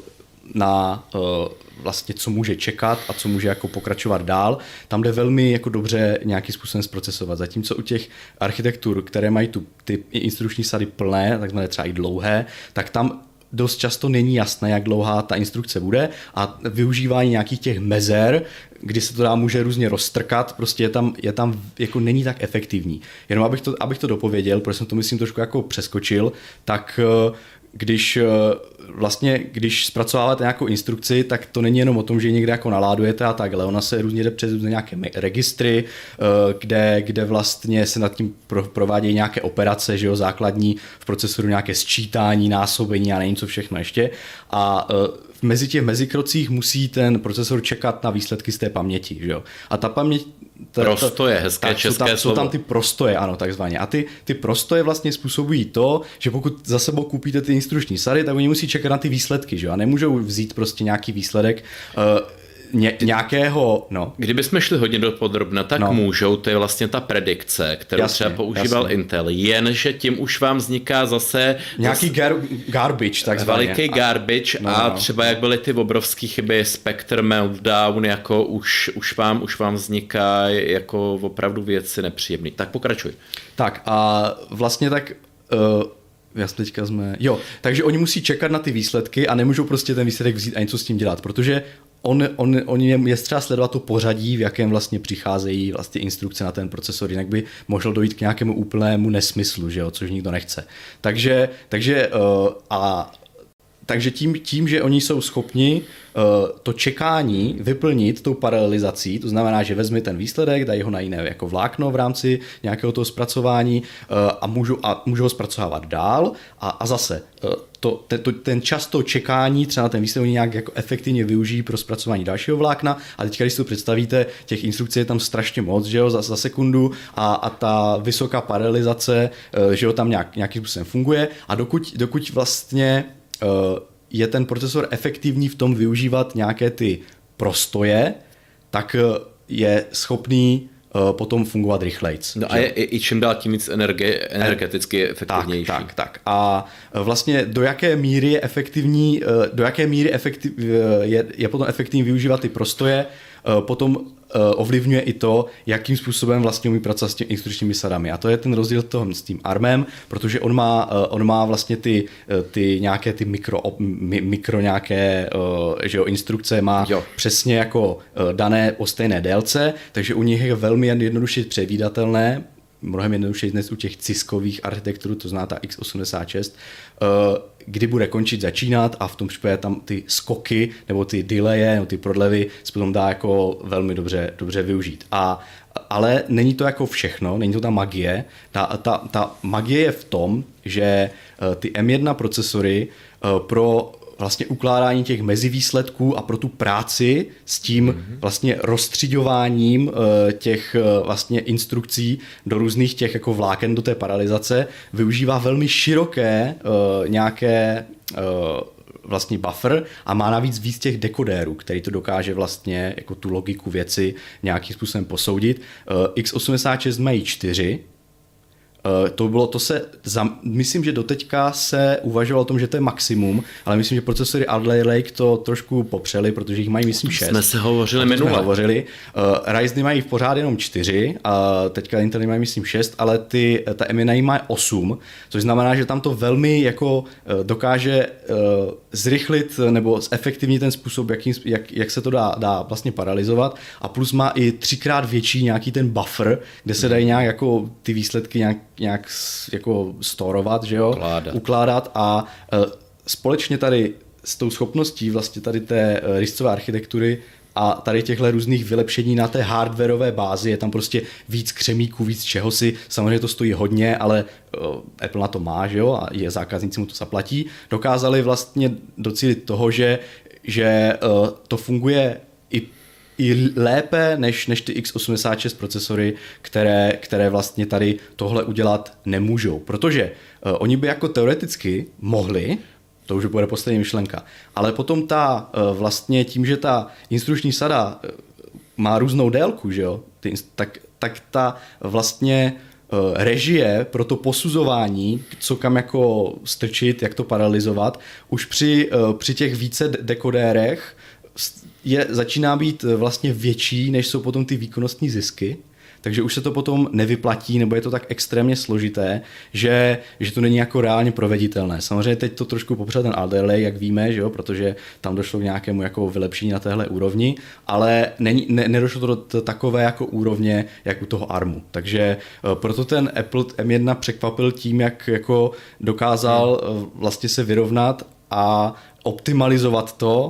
na uh, vlastně co může čekat a co může jako pokračovat dál, tam jde velmi jako dobře nějakým způsobem zprocesovat. Zatímco u těch architektur, které mají tu, ty instrukční sady plné, takzvané třeba i dlouhé, tak tam dost často není jasné, jak dlouhá ta instrukce bude a využívání nějakých těch mezer, kdy se to dá může různě roztrkat, prostě je tam, je tam jako není tak efektivní. Jenom abych to, abych to dopověděl, protože jsem to myslím trošku jako přeskočil, tak když vlastně, když zpracováváte nějakou instrukci, tak to není jenom o tom, že ji někde jako naládujete a tak, ale ona se různě jde přes nějaké registry, kde, kde vlastně se nad tím provádějí nějaké operace, že jo, základní v procesoru nějaké sčítání, násobení a nevím co všechno ještě. A mezi těch mezikrocích musí ten procesor čekat na výsledky z té paměti, že jo. A ta paměť Ta, prostoje, hezké tak, české jsou tam, slovo. Jsou tam ty prostoje, ano, takzvaně. A ty, ty prostoje vlastně způsobují to, že pokud za sebou koupíte ty instrukční sady, tak oni musí čekat na ty výsledky, že jo? A nemůžou vzít prostě nějaký výsledek uh, ně, nějakého, no. Kdybychom šli hodně do podrobna, tak no. můžou, to je vlastně ta predikce, kterou jasně, třeba používal jasně. Intel, jenže tím už vám vzniká zase nějaký zase gar, garbage, takzvaně. Veliký garbage no, a no. třeba jak byly ty obrovské chyby Spectre Meltdown, jako už, už, vám, už vám vzniká jako opravdu věci nepříjemný. Tak pokračuj. Tak a vlastně tak uh, já teďka jsme, jo, takže oni musí čekat na ty výsledky a nemůžou prostě ten výsledek vzít a něco s tím dělat, protože on, on, on je, je třeba sledovat to pořadí, v jakém vlastně přicházejí vlastně instrukce na ten procesor, jinak by mohlo dojít k nějakému úplnému nesmyslu, že jo, což nikdo nechce. Takže, takže uh, a Takže tím, tím, že oni jsou schopni uh, to čekání vyplnit tou paralelizací, to znamená, že vezmi ten výsledek, dají ho na jiné jako vlákno v rámci nějakého toho zpracování uh, a, můžu, a můžu ho zpracovat dál a, a zase uh, to, te, to, ten čas toho čekání třeba na ten výsledek oni nějak jako efektivně využijí pro zpracování dalšího vlákna a teď, když si to představíte, těch instrukcí je tam strašně moc, že jo, za, za sekundu a, a ta vysoká paralelizace, uh, že jo, tam nějak, nějakým způsobem funguje a dokud, dokud vlastně je ten procesor efektivní v tom využívat nějaké ty prostoje, tak je schopný potom fungovat rychlejc. No a je i čím dál tím víc energie, energeticky efektivnější. Tak, tak, tak. A vlastně do jaké míry je efektivní, do jaké míry efektiv, je, je potom efektivní využívat ty prostoje, potom ovlivňuje i to, jakým způsobem vlastně umí pracovat s těmi instrukčními sadami. A to je ten rozdíl toho s tím ARMem, protože on má, on má vlastně ty, ty nějaké ty mikro, mikro nějaké že jo, instrukce, má jo. přesně jako dané o stejné délce, takže u nich je velmi jednoduše předvídatelné, mnohem jednodušší dnes u těch ciskových architektur, to zná ta X osmdesát šest, kdy bude končit, začínat a v tom případě tam ty skoky nebo ty delaye nebo ty prodlevy se potom dá jako velmi dobře, dobře využít. A, ale není to jako všechno, není to ta magie. Ta, ta, ta magie je v tom, že ty M jedna procesory pro vlastně ukládání těch mezivýsledků a pro tu práci s tím vlastně rozstřiďováním těch vlastně instrukcí do různých těch jako vláken do té paralelizace využívá velmi široké nějaké vlastně buffer a má navíc víc těch dekodérů, který to dokáže vlastně jako tu logiku věci nějakým způsobem posoudit. X osmdesát šest mají čtyři. To bylo, to se, myslím, že doteďka se uvažovalo o tom, že to je maximum, ale myslím, že procesory Alder Lake to trošku popřeli, protože jich mají, myslím, šest. Jsme se hovořili minule. Jsme hovořili. Uh, Ryzeny mají v pořád jenom čtyři, a teďka Intely mají, myslím, šest, ale ty, ta M N I má osm, což znamená, že tam to velmi jako uh, dokáže uh, zrychlit nebo zefektivnit ten způsob, jakým, jak, jak se to dá, dá vlastně paralizovat, a plus má i třikrát větší nějaký ten buffer, kde se dají nějak jako ty výsledky nějak nějak jako storovat, že jo? Ukládat. Ukládat a uh, společně tady s tou schopností vlastně tady té uh, riscové architektury a tady těchto různých vylepšení na té hardwareové bázi, je tam prostě víc křemíků, víc čehosi, samozřejmě to stojí hodně, ale uh, Apple na to má, že jo? A je zákazníci mu to zaplatí. Dokázali vlastně docílit toho, že, že uh, to funguje i i lépe než, než ty X osmdesát šest procesory, které, které vlastně tady tohle udělat nemůžou. Protože uh, oni by jako teoreticky mohli, to už bude poslední myšlenka, ale potom ta uh, vlastně tím, že ta instrukční sada uh, má různou délku, že jo, ty, tak, tak ta vlastně uh, režie pro to posuzování, co kam jako strčit, jak to paralizovat, už při, uh, při těch více dekodérech je, začíná být vlastně větší, než jsou potom ty výkonnostní zisky, takže už se to potom nevyplatí, nebo je to tak extrémně složité, že, že to není jako reálně proveditelné. Samozřejmě teď to trošku popřel ten Alder Lake, jak víme, že jo, protože tam došlo k nějakému jako vylepšení na téhle úrovni, ale není, ne, nedošlo to do takové jako úrovně, jak u toho ARMu. Takže proto ten Apple M jedna překvapil tím, jak jako dokázal vlastně se vyrovnat a optimalizovat to,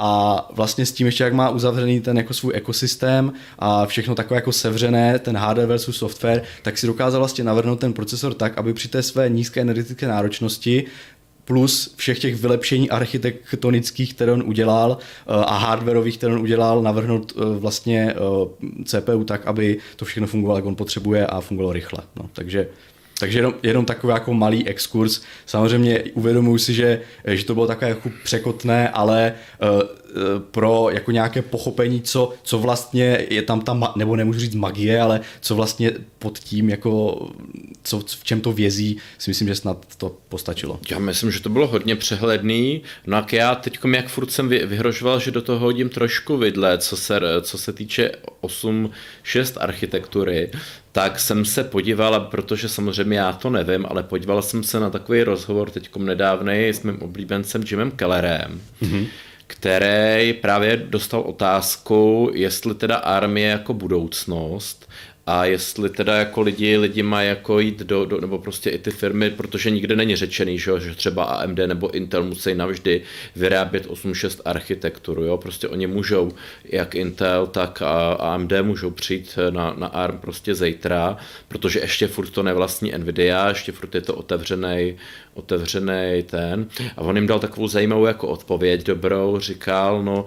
a vlastně s tím ještě, jak má uzavřený ten jako svůj ekosystém a všechno takové jako sevřené, ten hardware versus software, tak si dokázal vlastně navrhnout ten procesor tak, aby při té své nízké energetické náročnosti plus všech těch vylepšení architektonických, které on udělal, a hardwareových, které on udělal, navrhnout vlastně C P U tak, aby to všechno fungovalo, jak on potřebuje, a fungovalo rychle. No, takže Takže jenom, jenom takový jako malý exkurs. Samozřejmě uvědomuji si, že, že to bylo takové jako překotné, ale uh, pro jako nějaké pochopení, co, co vlastně je tam ta, nebo nemůžu říct magie, ale co vlastně pod tím, jako, co, v čem to vězí, si myslím, že snad to postačilo. Já myslím, že to bylo hodně přehledný. No a já teďkom, jak furt jsem vyhrožoval, že do toho hodím trošku vidle, co se, co se týče osm šest architektury, tak jsem se podíval, protože samozřejmě já to nevím, ale podíval jsem se na takový rozhovor teďkom nedávnej s mým oblíbencem Jimem Kellerem, mm-hmm. který právě dostal otázku, jestli teda ARM je jako budoucnost a jestli teda jako lidi, lidi mají jako jít do, do, nebo prostě i ty firmy, protože nikde není řečený, že, že třeba A M D nebo Intel musí navždy vyrábět osm šest architekturu, jo, prostě oni můžou, jak Intel, tak A M D můžou přijít na, na ARM prostě zítra, protože ještě furt to nevlastní Nvidia, ještě furt je to otevřenej, otevřenej ten, a on jim dal takovou zajímavou jako odpověď dobrou, říkal, no,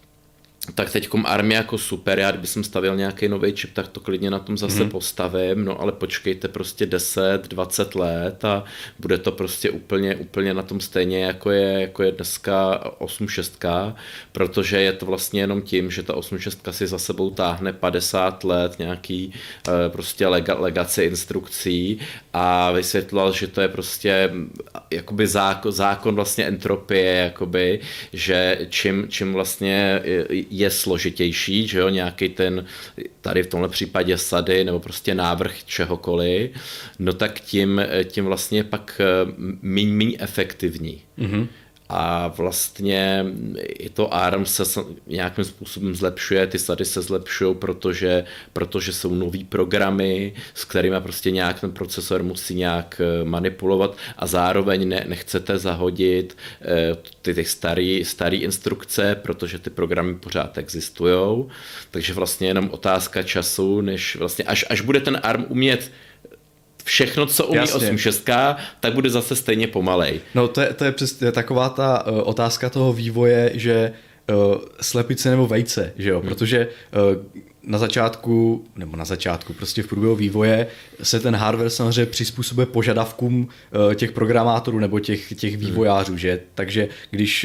tak teďkom ARM je jako super, já kdybych stavil nějaký nový čip, tak to klidně na tom zase mm. postavím, no ale počkejte prostě deset dvacet let a bude to prostě úplně, úplně na tom stejně, jako je, jako je dneska osm šest, protože je to vlastně jenom tím, že ta osm šest si za sebou táhne padesát let nějaký prostě lega, legace instrukcí, a vysvětloval, že to je prostě jakoby zákon, zákon vlastně entropie, jakoby, že čím, čím vlastně je složitější, že jo, nějaký ten, tady v tomhle případě sady, nebo prostě návrh čehokoliv, no tak tím, tím vlastně pak míň, míň efektivní. Mm-hmm. A vlastně i to ARM se nějakým způsobem zlepšuje, ty sady se zlepšují, protože, protože jsou nový programy, s kterými prostě nějak ten procesor musí nějak manipulovat, a zároveň ne, nechcete zahodit ty, ty starý, starý instrukce, protože ty programy pořád existují. Takže vlastně jenom otázka času, než vlastně až, až bude ten ARM umět všechno, co umí osm šest, tak bude zase stejně pomalej. No to je, to je přesně taková ta uh, otázka toho vývoje, že uh, slepice nebo vejce, že jo, hmm. protože uh, na začátku, nebo na začátku, prostě v průběhu vývoje se ten hardware samozřejmě přizpůsobuje požadavkům těch programátorů nebo těch, těch vývojářů, že? Takže když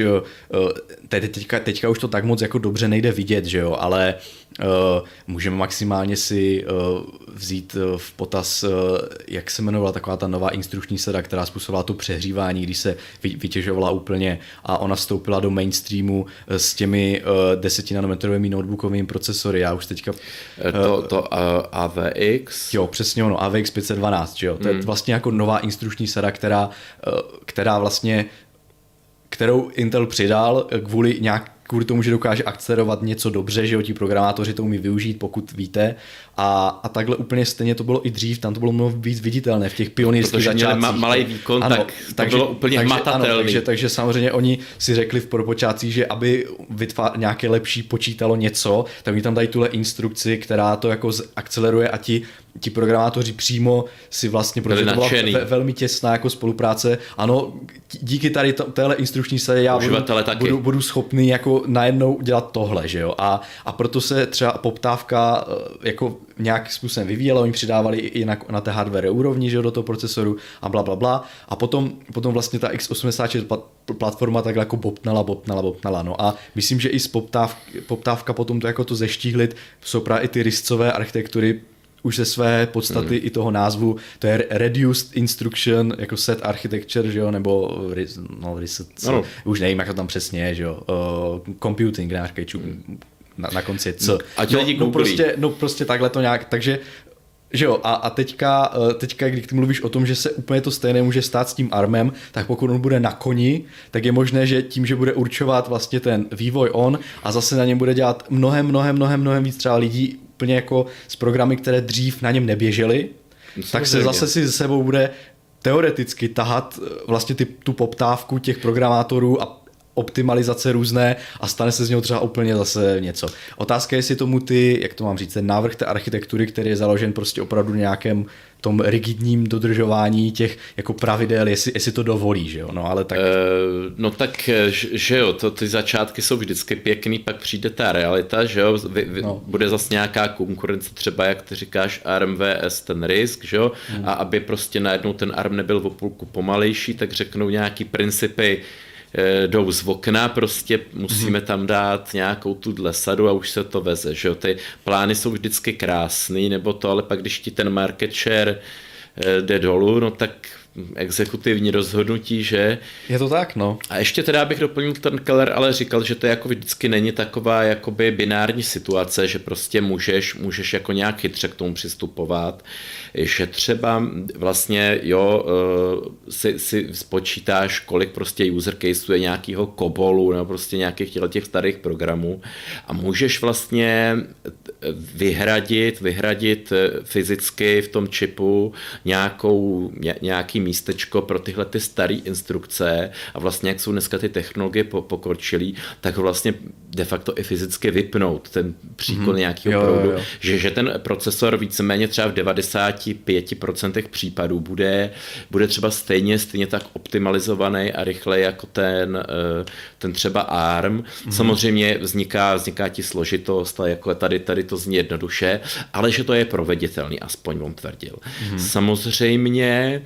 teď, teďka, teďka už to tak moc jako dobře nejde vidět, že jo, ale Uh, můžeme maximálně si uh, vzít uh, v potaz, uh, jak se jmenovala taková ta nová instrukční sada, která způsobila to přehřívání, když se vy, vytěžovala úplně a ona vstoupila do mainstreamu uh, s těmi uh, desetinanometrovými notebookovými procesory. Já už teďka... Uh, to to uh, A V X? Jo, přesně ono, A V X pět set dvanáct, že jo. To hmm. je vlastně jako nová instrukční sada, která, uh, která vlastně kterou Intel přidal kvůli nějak kvůli tomu, že dokáže akcelerovat něco dobře, že jo, ti programátoři to umí využít, pokud víte. A, a takhle úplně stejně to bylo i dřív, tam to bylo mnoho víc viditelné v těch pionýrských začátcích. Protože měli ma- malý výkon, ano, tak to takže, bylo úplně takže, hmatatelný. Ano, takže, takže samozřejmě oni si řekli v prvopočátcích, že aby vytvá- nějaké lepší počítalo něco, tak oni tam dají tuhle instrukci, která to jako akceleruje a ti ti programátoři přímo si vlastně, protože to byla ve, velmi těsná jako spolupráce, ano, díky tady to, téhle instrukční sadě já budu, budu, budu schopný jako najednou dělat tohle, že jo, a, a proto se třeba poptávka jako nějakým způsobem vyvíjela, oni přidávali i na, na té hardware úrovni, že jo, do toho procesoru a bla, bla, bla, a potom, potom vlastně ta x osmdesát šest platforma tak jako bobtnala, bobtnala, bobtnala, no a myslím, že i z poptávky, poptávka potom to jako to zeštíhlit, jsou právě i ty riscové architektury, už ze své podstaty hmm. i toho názvu, to je Reduced Instruction, jako set architecture, že jo, nebo no, reset, no. Už nevím, jak to tam přesně je, že jo, uh, computing, nějaký čup, na, na konci C. A no, no, prostě, no prostě takhle to nějak, takže že jo, a, a teďka, teďka, když ty mluvíš o tom, že se úplně to stejné může stát s tím ARMem, tak pokud on bude na koni, tak je možné, že tím, že bude určovat vlastně ten vývoj on a zase na něm bude dělat mnohem, mnohem, mnohem, mnohem víc třeba lidí úplně jako s programy, které dřív na něm neběžely, tak se zase si ze sebou bude teoreticky tahat vlastně ty, tu poptávku těch programátorů a optimalizace různé a stane se z něho třeba úplně zase něco. Otázka je, jestli tomu ty, jak to mám říct, ten návrh té architektury, který je založen prostě opravdu nějakém tom rigidním dodržování těch jako pravidel, jestli, jestli to dovolí, že jo, no ale tak... E, no tak, že jo, to, ty začátky jsou vždycky pěkný, pak přijde ta realita, že jo, vy, vy, no. Bude zase nějaká konkurence, třeba jak ty říkáš ARM vs ten risk, že jo, hmm. a aby prostě najednou ten ARM nebyl o půlku pomalejší, tak řeknou nějaký principy, jdou z okna, prostě musíme mm-hmm. tam dát nějakou tuhle sadu a už se to veze, že jo, ty plány jsou vždycky krásný, nebo to, ale pak když ti ten market share jde dolů, no tak exekutivní rozhodnutí, že? Je to tak, no. A ještě teda bych doplnil, ten Keller ale říkal, že to jako vždycky není taková jakoby binární situace, že prostě můžeš, můžeš jako nějak chytře k tomu přistupovat, že třeba vlastně, jo, si, si spočítáš, kolik prostě user caseů je nějakého kobolu nebo prostě nějakých těch starých programů a můžeš vlastně vyhradit, vyhradit fyzicky v tom čipu nějakou, nějaký místečko pro tyhle ty staré instrukce a vlastně jak jsou dneska ty technologie pokročilý, tak ho vlastně de facto i fyzicky vypnout, ten příkon mm-hmm. nějakého jo, proudu, jo, jo. Že, že ten procesor víceméně třeba v devadesát pět procent případů bude, bude třeba stejně, stejně tak optimalizovaný a rychlej jako ten, ten třeba ARM. Mm-hmm. Samozřejmě vzniká, vzniká ti složitost a jako tady, tady to zní jednoduše, ale že to je proveditelný, aspoň on tvrdil. Mm-hmm. Samozřejmě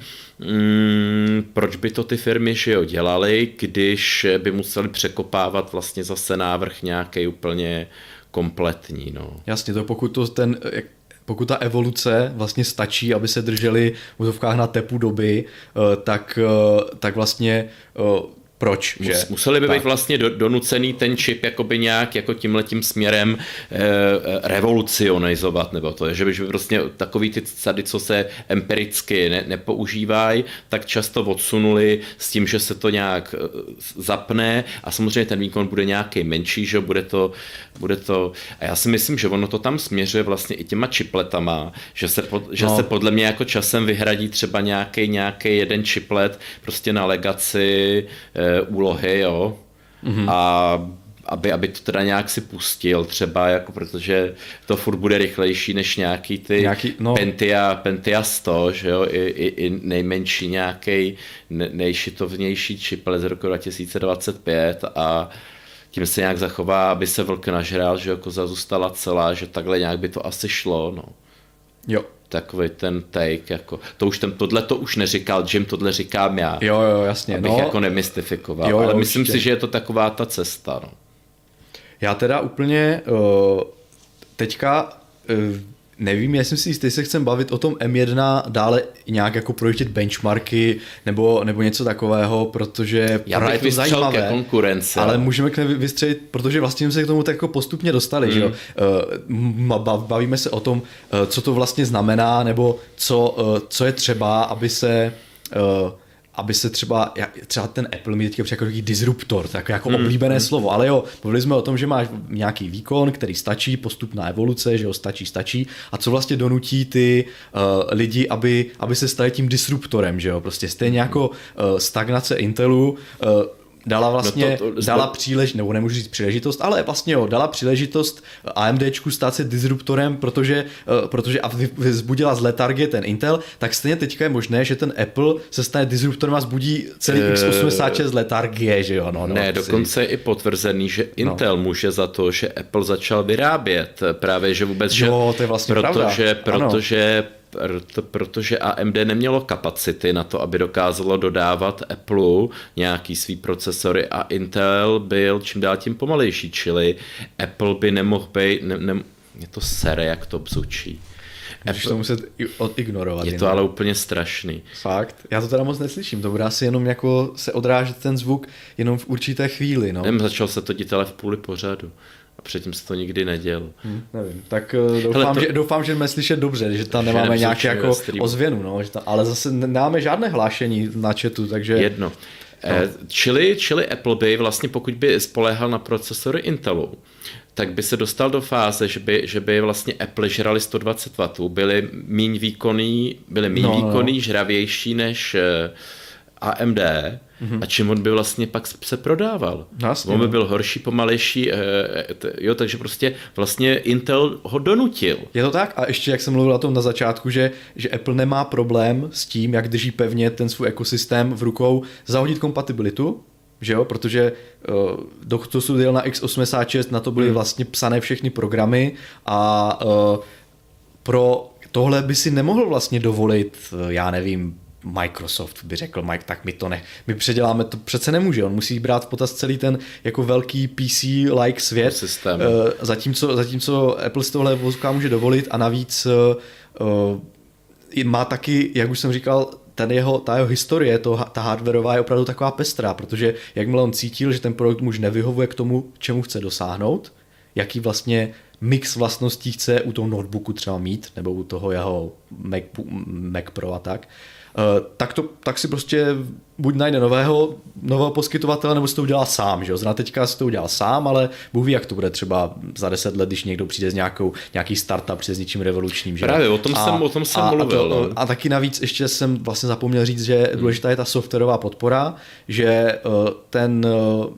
Hmm, proč by to ty firmy že jo, dělaly, když by museli překopávat vlastně zase návrh nějaký úplně kompletní. No. Jasně, to pokud to ten, pokud ta evoluce vlastně stačí, aby se drželi v úzovkách na tepu doby, tak, tak vlastně proč, že? Museli by tak. být vlastně do, donucený ten čip jakoby nějak jako tímhletím směrem e, revolucionizovat, nebo to je, že by, že by prostě takový ty sady, co se empiricky ne, nepoužívají, tak často odsunuli s tím, že se to nějak zapne a samozřejmě ten výkon bude nějaký menší, že bude to, bude to a já si myslím, že ono to tam směřuje vlastně i těma chipletama, že se, pod, že no. se podle mě jako časem vyhradí třeba nějaký nějaký jeden chiplet prostě na legaci úlohy, jo, mm-hmm. a aby, aby to teda nějak si pustil třeba, jako protože to furt bude rychlejší než nějaký ty nějaký, no. Pentia, Pentia sto, že jo, i, i, i nejmenší nějaký ne, nejšitovnější chiplet z roku dva tisíce dvacet pět a tím se nějak zachová, aby se vlk nažral, že jo, koza zůstala celá, že takhle nějak by to asi šlo, no. Jo. Takový ten take, jako, to už ten, tohle to už neříkal Jim, tohle říkám já. Jo, jo, jasně. Abych no. jako nemystifikoval, jo, jo, ale myslím určitě. si, že je to taková ta cesta, no. Já teda úplně uh, teďka uh, nevím, jestli si jistý, se chcem bavit o tom M jedna dále nějak jako projíždět benchmarky nebo, nebo něco takového, protože já bych je to zajímavé, ke konkurenci, ale můžeme k vystřelit, protože vlastně jsme se k tomu tak jako postupně dostali, mm. že jo. Uh, bavíme se o tom, uh, co to vlastně znamená, nebo co, uh, co je třeba, aby se uh, aby se třeba, třeba ten Apple mi teďka přijde jako takový disruptor, tak jako mm, oblíbené mm. slovo, ale jo, mluvili jsme o tom, že máš nějaký výkon, který stačí, postupná evoluce, že jo, stačí, stačí a co vlastně donutí ty uh, lidi, aby, aby se stali tím disruptorem, že jo, prostě stejně jako uh, stagnace Intelu, uh, dala vlastně, no to, to, dala příležitost, nebo nemůžu říct příležitost, ale vlastně jo, dala příležitost AMDčku stát se disruptorem, protože, protože a vzbudila z letargie ten Intel, tak stejně teďka je možné, že ten Apple se stane disruptorem a zbudí celý x osmdesát šest z letargie, že jo. No, no, ne, dokonce je i potvrzený, že Intel no. může za to, že Apple začal vyrábět, právě, že vůbec, jo, to je vlastně protože, pravda. protože protože A M D nemělo kapacity na to, aby dokázalo dodávat Apple nějaký svý procesory a Intel byl čím dál tím pomalejší, čili Apple by nemohl být, ne, ne, je to sere, jak to bzučí. Můžeš to muset odignorovat. Je to ale úplně strašný. Fakt? Já to teda moc neslyším, to bude asi jenom jako se odrážet ten zvuk jenom v určité chvíli. No. Nevím, začal se to dít ale v půli pořadu. A předtím se to nikdy nedělo. Hmm, nevím. Tak doufám, Hele, to... že, doufám, že jsme slyšet dobře, že tam nemáme nějaké jako ozvěnu, no, že tam, ale zase nemáme žádné hlášení na chatu, takže... Jedno. No. Čili, čili Apple by vlastně, pokud by spoléhal na procesory Intelu, tak by se dostal do fáze, že by, že by vlastně Apple žrali sto dvacet wattů, byli míň výkonný, byli míň no, výkonný, no. žravější než A M D, mm-hmm. a čím on by vlastně pak se prodával. Vlastně, on by byl horší, pomalejší, jo, takže prostě vlastně Intel ho donutil. Je to tak? A ještě jak jsem mluvil o tom na začátku, že, že Apple nemá problém s tím, jak drží pevně ten svůj ekosystém v rukou, zahodit kompatibilitu, že jo, protože uh, doktor jel na x osmdesát šest, na to byly mm. vlastně psané všechny programy a uh, pro tohle by si nemohl vlastně dovolit, uh, já nevím, Microsoft by řekl, Mike, tak my to ne, my předěláme, to přece nemůže, on musí brát v potaz celý ten jako velký P C-like svět, systém. Uh, zatímco, zatímco Apple si tohle vozovka může dovolit a navíc uh, má taky, jak už jsem říkal, ten jeho, ta jeho historie, to, ta hardwareová je opravdu taková pestrá, protože jakmile on cítil, že ten produkt mu už nevyhovuje k tomu, čemu chce dosáhnout, jaký vlastně mix vlastností chce u toho notebooku třeba mít, nebo u toho jeho Mac, Mac Pro a tak, tak, to, tak si prostě buď najde nového, nového poskytovatele, nebo si to udělá sám. Že jo? Zna teďka si to udělal sám, ale Bůh ví, jak to bude třeba za deset let, když někdo přijde s nějakou, nějaký startup, přijde s něčím revolučním. Že? Právě, o tom a, jsem, o tom jsem a, mluvil. A, to, a taky navíc ještě jsem vlastně zapomněl říct, že důležitá je ta softwarová podpora, že ten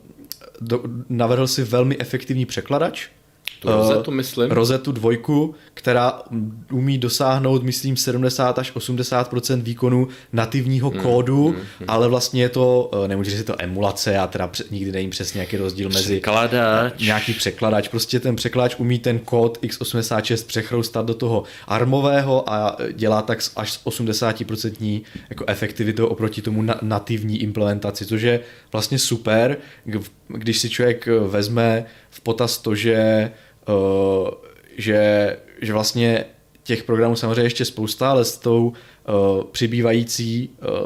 do, navrhl si velmi efektivní překladač, Tu Rosetu, myslím. Rosetu dvojku, která umí dosáhnout, myslím, sedmdesát až osmdesát procent výkonu nativního kódu, mm, mm, mm. ale vlastně je to, nemůžu říct, to emulace, já teda nikdy nevím přesně, jaký rozdíl mezi překladač. Nějaký překladač. Prostě ten překladač umí ten kód x osmdesát šest přechroustat do toho armového a dělá tak až s osmdesát procent jako efektivitou oproti tomu na, nativní implementaci, což je vlastně super, když si člověk vezme v potaz to, že Uh, že, že vlastně těch programů samozřejmě ještě spousta, ale s tou uh, přibývající uh,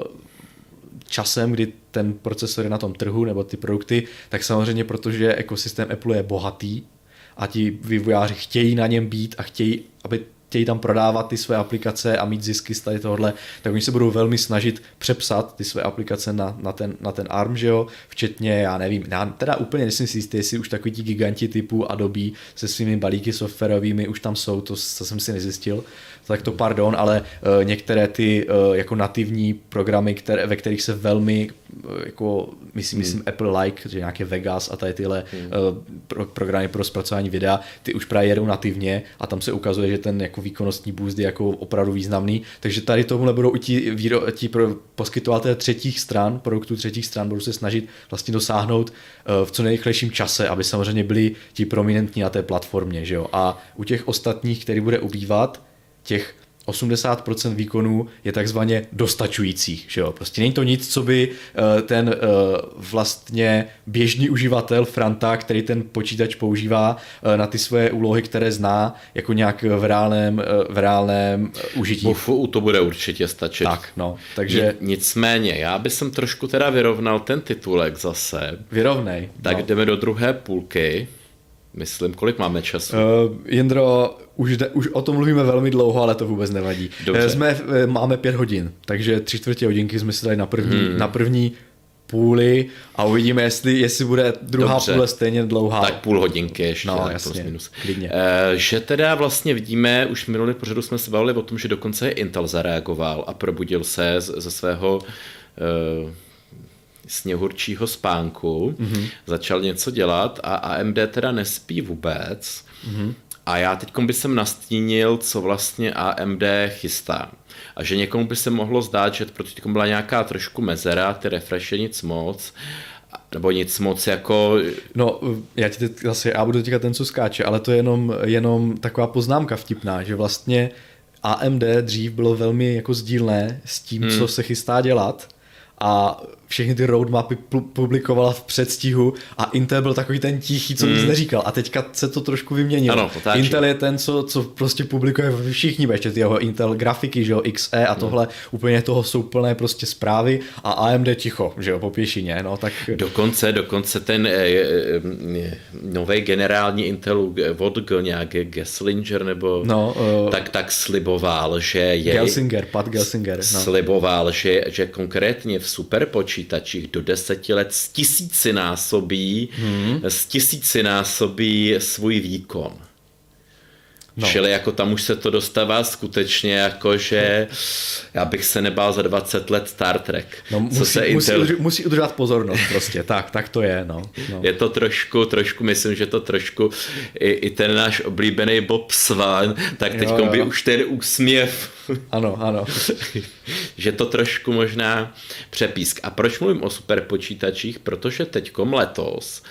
časem, kdy ten procesor je na tom trhu nebo ty produkty, tak samozřejmě protože ekosystém Apple je bohatý a ti vývojáři chtějí na něm být a chtějí, aby chtějí tam prodávat ty své aplikace a mít zisky z tady tohohle, tak oni se budou velmi snažit přepsat ty své aplikace na, na, ten, na ten ARM, že jo, včetně, já nevím, já teda úplně nejsem si jistý, jestli už takový ti giganti typu Adobe se svými balíky softwarovými už tam jsou, to, to jsem si nezjistil, tak to pardon, ale uh, některé ty uh, jako nativní programy, které, ve kterých se velmi uh, jako, myslím, hmm. myslím Apple-like, že nějaké Vegas a tady tyhle hmm. uh, pro, programy pro zpracování videa, ty už právě jedou nativně a tam se ukazuje, že ten jako výkonnostní boost je jako opravdu významný, takže tady tomuhle budou i ti, výro, ti pro poskytovatelé třetích stran, produktů třetích stran budou se snažit vlastně dosáhnout v co nejrychlejším čase, aby samozřejmě byli ti prominentní na té platformě, že jo? A u těch ostatních, který bude ubývat, těch osmdesát procent výkonů je takzvaně dostačujících. Že jo? Prostě není to nic, co by ten vlastně běžný uživatel Franta, který ten počítač používá na ty svoje úlohy, které zná, jako nějak v reálném, v reálném užití. Bufu to bude určitě stačit. Tak, no. Takže... Nicméně, já bych jsem trošku teda vyrovnal ten titulek zase. Vyrovnej. Tak no. Jdeme do druhé půlky. Myslím, kolik máme času? Uh, Jindro, už, de, už o tom mluvíme velmi dlouho, ale to vůbec nevadí. Dobře. Jsme, máme pět hodin, takže tři čtvrtě hodinky jsme si dali na první, hmm. na první půli a uvidíme, jestli, jestli bude druhá Dobře. půle stejně dlouhá. Tak půl hodinky ještě. No, jasně, minus. klidně. E, že teda vlastně vidíme, už v minulém pořadu jsme se bavili o tom, že dokonce Intel zareagoval a probudil se z, ze svého... E, sněhurčího spánku, mm-hmm. začal něco dělat a A M D teda nespí vůbec. Mm-hmm. A já teď bych jsem nastínil, co vlastně A M D chystá. A že někomu by se mohlo zdát, že protože teď byla nějaká trošku mezera, ty refreshy nic moc, nebo nic moc jako... No, já ti teď zase, já budu teďka ten, co skáče, ale to je jenom, jenom taková poznámka vtipná, že vlastně A M D dřív bylo velmi jako sdílné s tím, hmm. co se chystá dělat, a všechny ty roadmapy publikovala v předstihu a Intel byl takový ten tichý, co nic mm. neříkal. A teďka se to trošku vyměnilo. Ano, Intel je ten, co, co prostě publikuje všichni, ještě ty jeho Intel grafiky, že jo, X E a tohle, mm. úplně toho jsou plné prostě zprávy a A M D ticho, že jo, po pěšině, no tak... Dokonce, dokonce ten e, e, nový generální Intelu od G, nějak Gesslinger nebo no, uh, tak, tak sliboval, že je... Gelsinger, Pat Gelsinger. No. Sliboval, že, že konkrétně v superpočítačích do deseti let z tisícinásobí, hmm. z tisícinásobí svůj výkon. No. Čili jako tam už se to dostává skutečně jako, že já bych se nebál za dvacet let Star Trek. No, musí, se musí, Intel... udržet, musí udržovat pozornost prostě, tak, tak to je. No. No. Je to trošku, trošku, myslím, že to trošku i, i ten náš oblíbený Bob Swan, tak teď by už ten úsměv. Ano, ano. Že to trošku možná přepísk. A proč mluvím o superpočítačích? Protože teďkom letos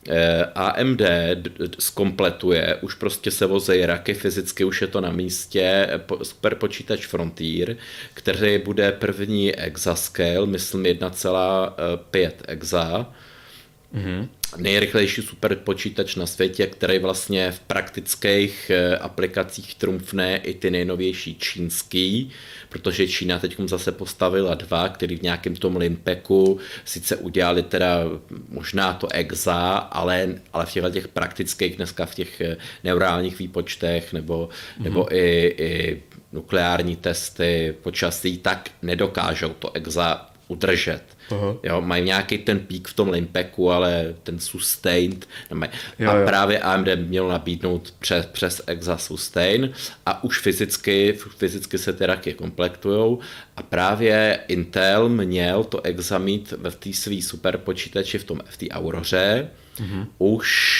A M D zkompletuje, už prostě se vozí raky, fyzicky už je to na místě, superpočítač Frontier, který bude první exascale, myslím jedna celá pět exa, mm-hmm. nejrychlejší superpočítač na světě, který vlastně v praktických aplikacích trumfne i ty nejnovější čínský, protože Čína teď zase postavila dva, který v nějakém tom Limpeku sice udělali teda možná to exa, ale, ale v těchto těch praktických dneska v těch neurálních výpočtech nebo, mm-hmm. nebo i, i nukleární testy počasí, tak nedokážou to exa udržet. Uh-huh. Jo, mají nějaký ten pík v tom Limpeku, ale ten sustained nemají. Jo, a jo. právě A M D měl nabídnout přes, přes exa sustain a už fyzicky, fyzicky se ty raky komplektujou a právě Intel měl to exa mít ve té svý superpočítači v tom v té Auroře uh-huh. už,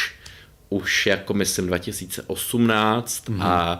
už jako myslím dva tisíce osmnáct uh-huh. a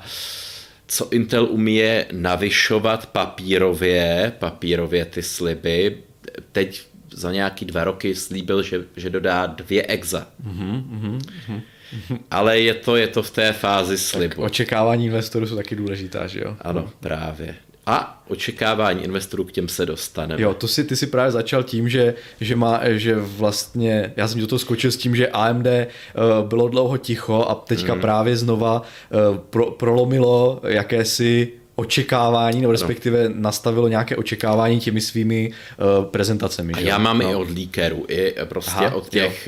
co Intel umí je navyšovat papírově, papírově ty sliby. Teď za nějaký dva roky slíbil, že, že dodá dvě exa. Mm-hmm, mm-hmm. Ale je to, je to v té fázi slibu. Tak očekávání investorů jsou taky důležitá, že jo? Ano, no. právě. A očekávání investorů k těm se dostaneme. Jo, to si, ty si právě začal tím, že, že, má, že vlastně, já jsem do toho skočil s tím, že A M D uh, bylo dlouho ticho a teďka mm. právě znova uh, pro, prolomilo jakési očekávání, nebo respektive no. nastavilo nějaké očekávání těmi svými uh, prezentacemi. A že? já mám no. i od leakerů, i prostě Aha, od těch, jo,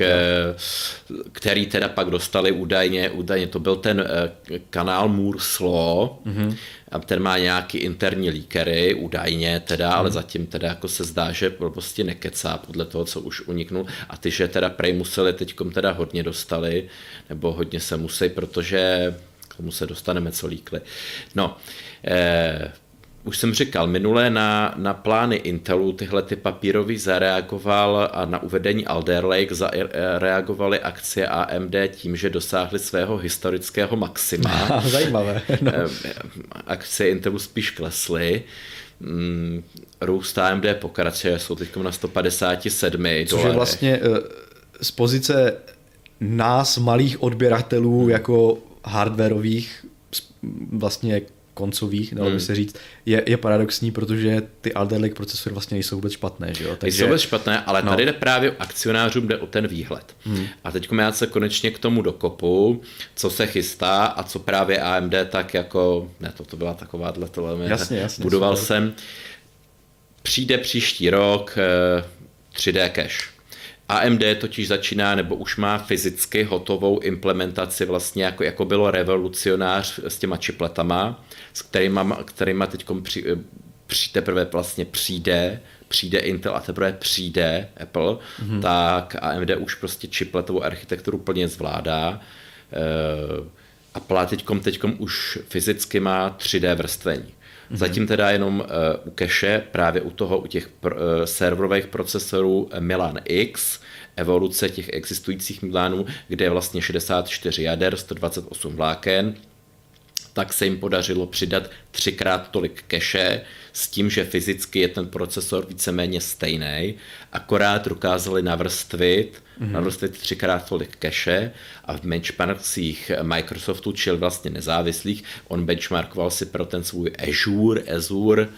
jo. který teda pak dostali údajně, údajně to byl ten uh, kanál Moore's Law, mm-hmm. a ten má nějaký interní leakery, údajně teda, ale mm. zatím teda jako se zdá, že prostě nekecá podle toho, co už uniknul a ty, že teda prej museli teďkom teda hodně dostali, nebo hodně se musí, protože k tomu se dostaneme, co líkli. No, eh, už jsem říkal, minulé na, na plány Intelu tyhle ty papírový zareagoval a na uvedení Alder Lake zareagovaly akcie A M D tím, že dosáhly svého historického maxima. Zajímavé. No. Akcie Intelu spíš klesly. Růst A M D pokračuje, jsou teď na sto padesát sedm dolarech. Což je vlastně z pozice nás, malých odběratelů, hmm. jako hardwarových, vlastně koncových, dalo by hmm. se říct, je, je paradoxní, protože ty Alder Lake procesory vlastně nejsou vůbec špatné. Že jo? Takže... Nejsou vůbec špatné, ale no. tady jde právě akcionářům jde o ten výhled. Hmm. A teď já se konečně k tomu dokopu, co se chystá a co právě A M D tak jako, ne, to, to byla taková tohle, jasně, jasně, budoval super. jsem, přijde příští rok tři dé cache. A M D totiž začíná, nebo už má fyzicky hotovou implementaci vlastně, jako, jako bylo revolucionář s těma chipletama, s kterýma, kterýma teď při, při, teprve vlastně přijde, přijde Intel a teprve přijde Apple, mm-hmm. tak A M D už prostě chipletovou architekturu plně zvládá. Apple teďkom, teďkom už fyzicky má tři dé vrstvení. Mm-hmm. Zatím teda jenom uh, u cache, právě u toho, u těch pr- uh, serverových procesorů Milan X, evoluce těch existujících Milanů, kde je vlastně šedesát čtyři jader, sto dvacet osm vláken, tak se jim podařilo přidat třikrát tolik cache s tím, že fyzicky je ten procesor víceméně stejný, akorát dokázali navrstvit, mm-hmm. navrstvit třikrát tolik cache a v benchmarkcích Microsoftu, čili vlastně nezávislých, on benchmarkoval si pro ten svůj Azure, Azure,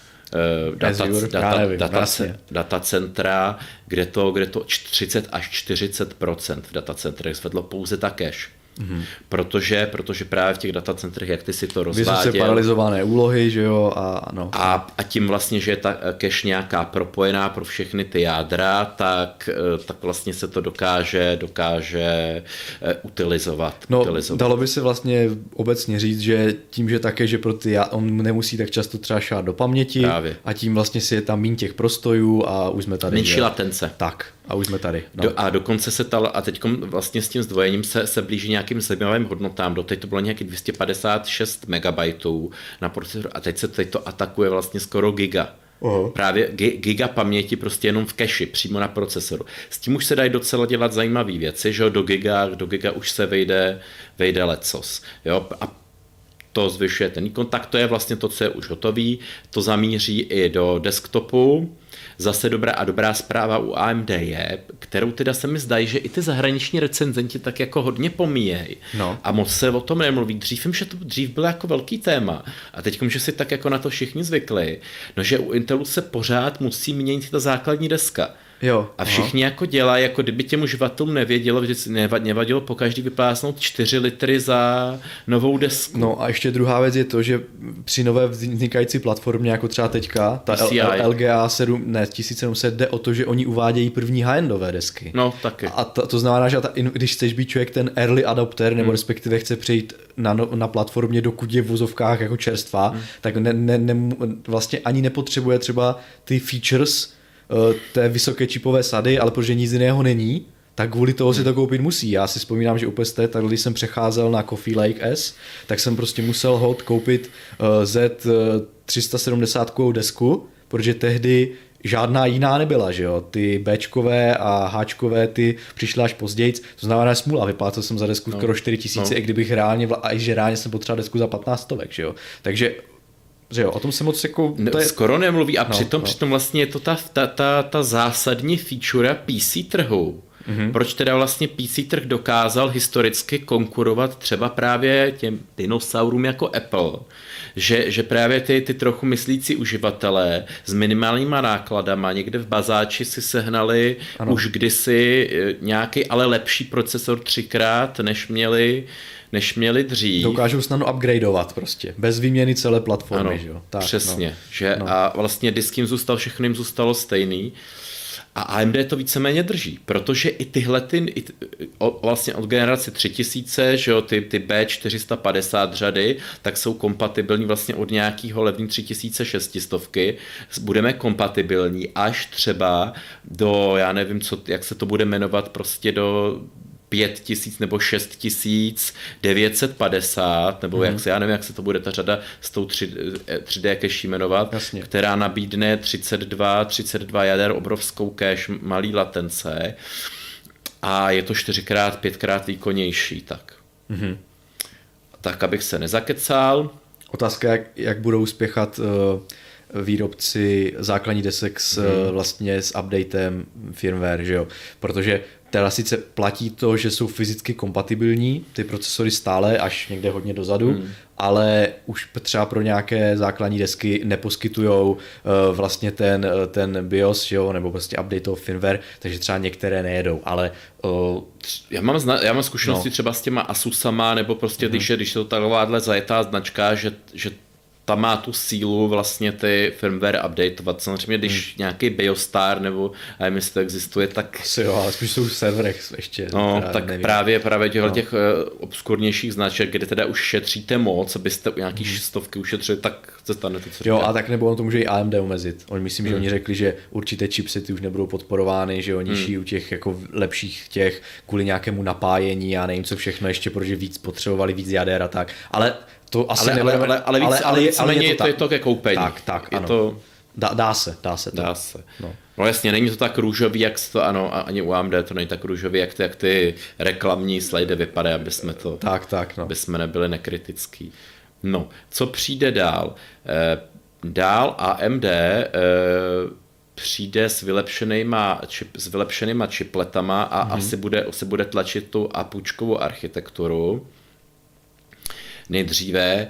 data, Azure data, nevím, data, vlastně. datacentra, kde to, kde to třicet až čtyřicet procent v datacentrech zvedlo pouze ta cache. Mm-hmm. Protože, protože právě v těch datacentrech, jak ty si to rozváděl. Vysoce paralizované úlohy, že jo, a no. A, a tím vlastně, že je ta cache nějaká propojená pro všechny ty jádra, tak, tak vlastně se to dokáže, dokáže utilizovat. No, utilizovat. Dalo by se vlastně obecně říct, že tím, že také, že pro ty, on nemusí tak často třeba šát do paměti právě. A tím vlastně si je tam míň těch prostojů a už jsme tady. Menší latence. Tak. A už jsme tady. No. Do, a dokonce se ta, a teď vlastně s tím zdvojením se, se blíží nějakým zajímavým hodnotám. Doteď to bylo nějaký dvě stě padesát šest megabajtů na procesor a teď se teď to atakuje vlastně skoro giga. Uh-huh. Právě giga paměti prostě jenom v cache, přímo na procesoru. S tím už se dají docela dělat zajímavé věci, že do giga, do giga už se vejde, vejde lecos. Jo? A to zvyšuje ten výkon, tak to je vlastně to, co je už hotový. To zamíří i do desktopu. Zase dobrá a dobrá zpráva u A M D je, kterou teda se mi zdají, že i ty zahraniční recenzenti tak jako hodně pomíjejí. No. A moc se o tom nemluví. Dřív vím, že to dřív bylo jako velký téma. A teď, že si tak jako na to všichni zvykli, no že u Intelu se pořád musí měnit ta základní deska. Jo, a všichni aha. jako dělají, jako kdyby těm uživatelům nevědělo, že nevadilo po každý vyplásnout čtyři litry za novou desku. No a ještě druhá věc je to, že při nové vznikající platformě, jako třeba teďka, ta L G A sedm, ne, tisíc sedm set, jde o to, že oni uvádějí první high-endové desky. No, taky. A to, to znamená, že ta, když chceš být člověk ten early adopter, nebo hmm. respektive chce přejít na, na platformě, dokud je v vozovkách jako čerstvá, hmm. tak ne, ne, ne, vlastně ani nepotřebuje třeba ty features té vysoké čipové sady, ale protože nic jiného není, tak kvůli toho si to koupit musí. Já si vzpomínám, že u P S T, tak když jsem přecházel na Coffee Lake S, tak jsem prostě musel hod koupit Z tři sta sedmdesát desku, protože tehdy žádná jiná nebyla, že jo. Ty Bčkové a Hčkové ty přišly až později, to znamená smůla, vyplácel jsem za desku no. skoro čtyři tisíce, no. i kdybych reálně, a i že reálně jsem potřeboval desku za patnáct stovek, že jo. Takže že jo, o tom se moc jako... To je... Skoro nemluví a no, přitom, no. přitom vlastně je to ta, ta, ta, ta zásadní feature P C trhu. Mm-hmm. Proč teda vlastně P C trh dokázal historicky konkurovat třeba právě těm dinosaurům jako Apple, že, že právě ty, ty trochu myslící uživatelé s minimálníma nákladama někde v bazáči si sehnali ano. už kdysi nějaký ale lepší procesor třikrát, než měli než měli dřív. Dokážou snadno upgradeovat prostě, bez výměny celé platformy. Ano, že jo? Tak, přesně. No. Že no. A vlastně disk jim zůstal, všechno jim zůstalo stejný. A A M D to víceméně drží, protože i tyhle ty, i, o, vlastně od generace tři tisíce, že jo, ty, ty B čtyři sta padesát řady, tak jsou kompatibilní vlastně od nějakého levný tři tisíce šest set. Budeme kompatibilní až třeba do, já nevím, co, jak se to bude jmenovat, prostě do pět tisíc nebo šest tisíc devět set padesát, nebo mm. jak se, já nevím, jak se to bude ta řada s tou tři dé cache jmenovat, Jasně. která nabídne třicet dva, třicet dva jader, obrovskou cache, malý latence a je to čtyřikrát, pětkrát výkonnější, tak. Mm. Tak, abych se nezakecal. Otázka, jak, jak budou spěchat uh, výrobci základní desek s, hmm. vlastně s updatem firmware, že jo? Protože teda sice platí to, že jsou fyzicky kompatibilní, ty procesory stále až někde hodně dozadu, hmm. ale už třeba pro nějaké základní desky neposkytujou uh, vlastně ten, ten BIOS, že jo? Nebo prostě update toho firmware, takže třeba některé nejedou, ale uh, já mám, zna, já mám zkušenosti no. třeba s těma Asusama, nebo prostě hmm. když, je, když je to takováhle zajetá značka, že, že ta má tu sílu vlastně ty firmware updateovat. Samozřejmě, když hmm. nějaký BioStar nebo a nevím, jestli to existuje, tak... Asi jo, ale spíš jsou v serverech ještě. No, tak nevím. právě, právě těchto no. těch obskurnějších značek, kde teda už šetříte moc, abyste u nějaký hmm. stovky ušetřili, tak se stane to, co Jo, říká. A tak nebo on to může i A M D omezit. Oni myslím, hmm. že oni řekli, že určité chipsety už nebudou podporovány, že oni nižší hmm. u těch jako lepších těch kvůli nějakému napájení a nevím co všechno ještě, protože víc potřebovali víc jader a tak. Ale to asi ale, nebudeme, ale, ale, víc, ale, ale, víc, ale je, to, je to ke koupení. Tak, tak, je ano. To... Dá, dá se, dá se. To. Dá se. No. no jasně, není to tak růžový, jak to, ano, ani u A M D to není tak růžový, jak ty, jak ty reklamní slajdy vypadají, aby jsme to, tak, tak, no. aby jsme nebyli nekritický. No, co přijde dál? E, dál A M D e, přijde s vylepšenýma, čip, s vylepšenýma chipletama a mm-hmm. asi bude, asi bude tlačit tu apučkovou architekturu. Nejdříve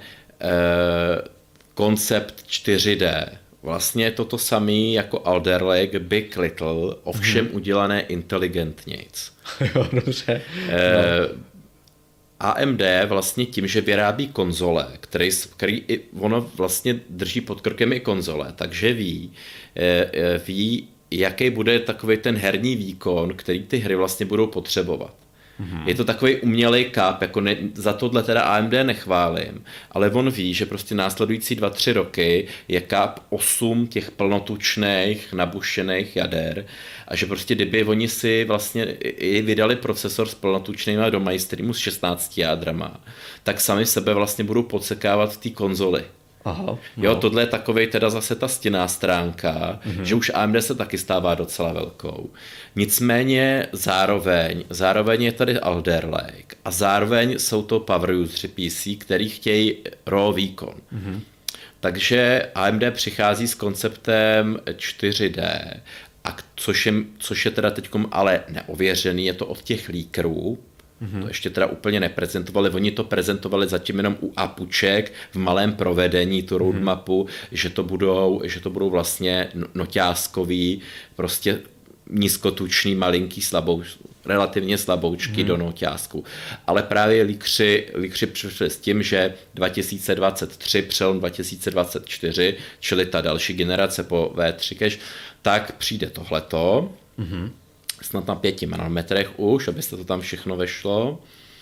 koncept čtyři dé. Vlastně je to to samý jako Alder Lake, Big Little, ovšem hmm. udělané inteligentnějc. Jo, dobře. E, no. A M D vlastně tím, že vyrábí konzole, který, který i, ono vlastně drží pod krkem i konzole, takže ví, e, ví, jaký bude takový ten herní výkon, který ty hry vlastně budou potřebovat. Mm-hmm. Je to takový umělej káp, jako ne, za tohle teda A M D nechválím, ale on ví, že prostě následující dva, tři roky je káp osm těch plnotučných, nabušených jader a že prostě kdyby oni si vlastně i vydali procesor s plnotučnýma do mainstreamu s šestnácti jádrama, tak sami sebe vlastně budou podsekávat v té konzoli. Aha, no. Jo, tohle je takovej teda zase ta stinná stránka, mm-hmm. že už A M D se taky stává docela velkou. Nicméně zároveň, zároveň je tady Alder Lake a zároveň jsou to Power User P C, který chtějí raw výkon. Mm-hmm. Takže A M D přichází s konceptem čtyři dé, a což je, což je teda teďkom ale neověřený, je to od těch leakerů. Mm-hmm. To ještě teda úplně neprezentovali, oni to prezentovali zatím jenom u apuček v malém provedení, tu roadmapu, mm-hmm. že to budou, že to budou vlastně noťáskový, prostě nízkotučný, malinký, slabou, relativně slaboučky mm-hmm. do noťásku. Ale právě líkři, líkři přišli s tím, že dva tisíce dvacet tři, přelom dva tisíce dvacet čtyři, čili ta další generace po V tři cache, tak přijde tohleto, mm-hmm. snad na pěti nanometrech už, abyste to tam všechno vešlo.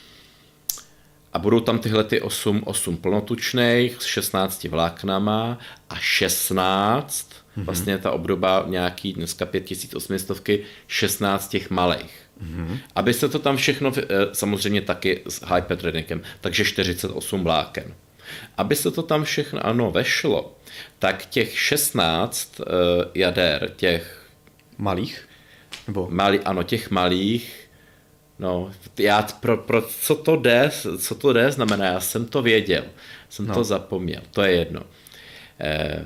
A budou tam tyhle ty osm, osm plnotučných s šestnácti vláknama a šestnáct, mm-hmm. vlastně ta obdoba nějaký dneska pět tisíc osm set, šestnáct těch malých. Mm-hmm. Abyste to tam všechno, samozřejmě taky s Hyperthreadingem, takže čtyřicet osm vláken. Aby se to tam všechno ano vešlo, tak těch šestnáct uh, jader, těch malých, nebo malý, ano, těch malých, no, já pro, pro co to jde, co to jde znamená, já jsem to věděl, jsem no. to zapomněl, to je jedno. Eh,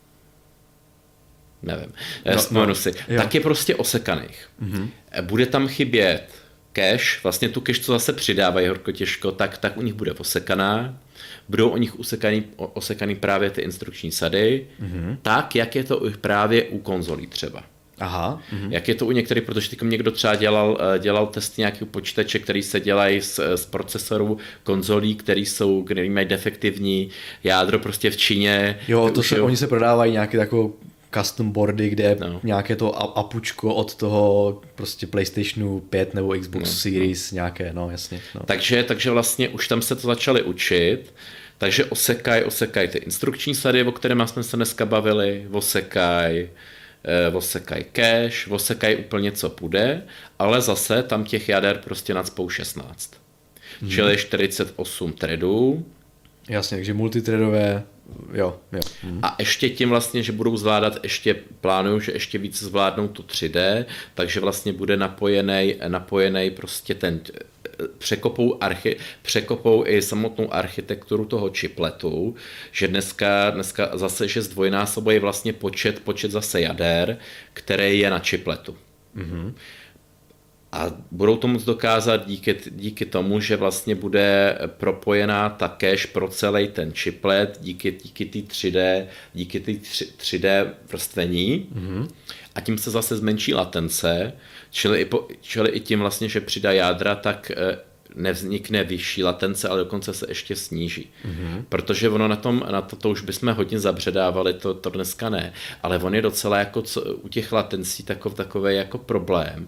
nevím, no, vzpomenu no, si. Jo. Tak je prostě osekaných. Mm-hmm. Bude tam chybět cache, vlastně tu cache, co zase přidávají horko těžko, tak, tak u nich bude osekaná. Budou o nich usekaný, osekaný právě ty instrukční sady, mm-hmm. tak, jak je to právě u konzolí třeba. Aha. Mm-hmm. Jak je to u některých, protože teď někdo třeba dělal, dělal testy nějakého počítače, který se dělají z, z procesorů konzolí, který jsou, který mají defektivní jádro prostě v Číně. Jo, to se, jo. Oni se prodávají nějaké takovou custom boardy, kde no. nějaké to apučko od toho prostě PlayStationu pět nebo Xbox no, Series no. nějaké, no jasně. No. Takže, takže vlastně už tam se to začali učit, takže osekaj, osekaj ty instrukční sady, o kterém jsme se dneska bavili, osekaj osekají cache, osekají úplně co půjde, ale zase tam těch jader prostě nacpou šestnáct. Hmm. Čili čtyřicet osm threadů. Jasně, takže multithreadové, jo, jo. Hmm. A ještě tím vlastně, že budou zvládat, ještě plánuju, že ještě víc zvládnou tu tři dé, takže vlastně bude napojený, napojený prostě ten překopou, archi, překopou i samotnou architekturu toho chipletu, že dneska, dneska zase, že zdvojnásobuje vlastně počet, počet zase jader, který je na chipletu. Mm-hmm. A budou to moct dokázat díky, díky tomu, že vlastně bude propojená ta cache pro celý ten chiplet, díky, díky té tři dé, díky té tři dé vrstvení. Mm-hmm. A tím se zase zmenší latence, čili i, po, čili i tím vlastně, že přidá jádra, tak nevznikne vyšší latence, ale dokonce se ještě sníží. Mm-hmm. Protože ono na tom, na to, to už bychom hodně zabředávali, to, to dneska ne, ale on je docela jako co, u těch latencí takov, takový jako problém,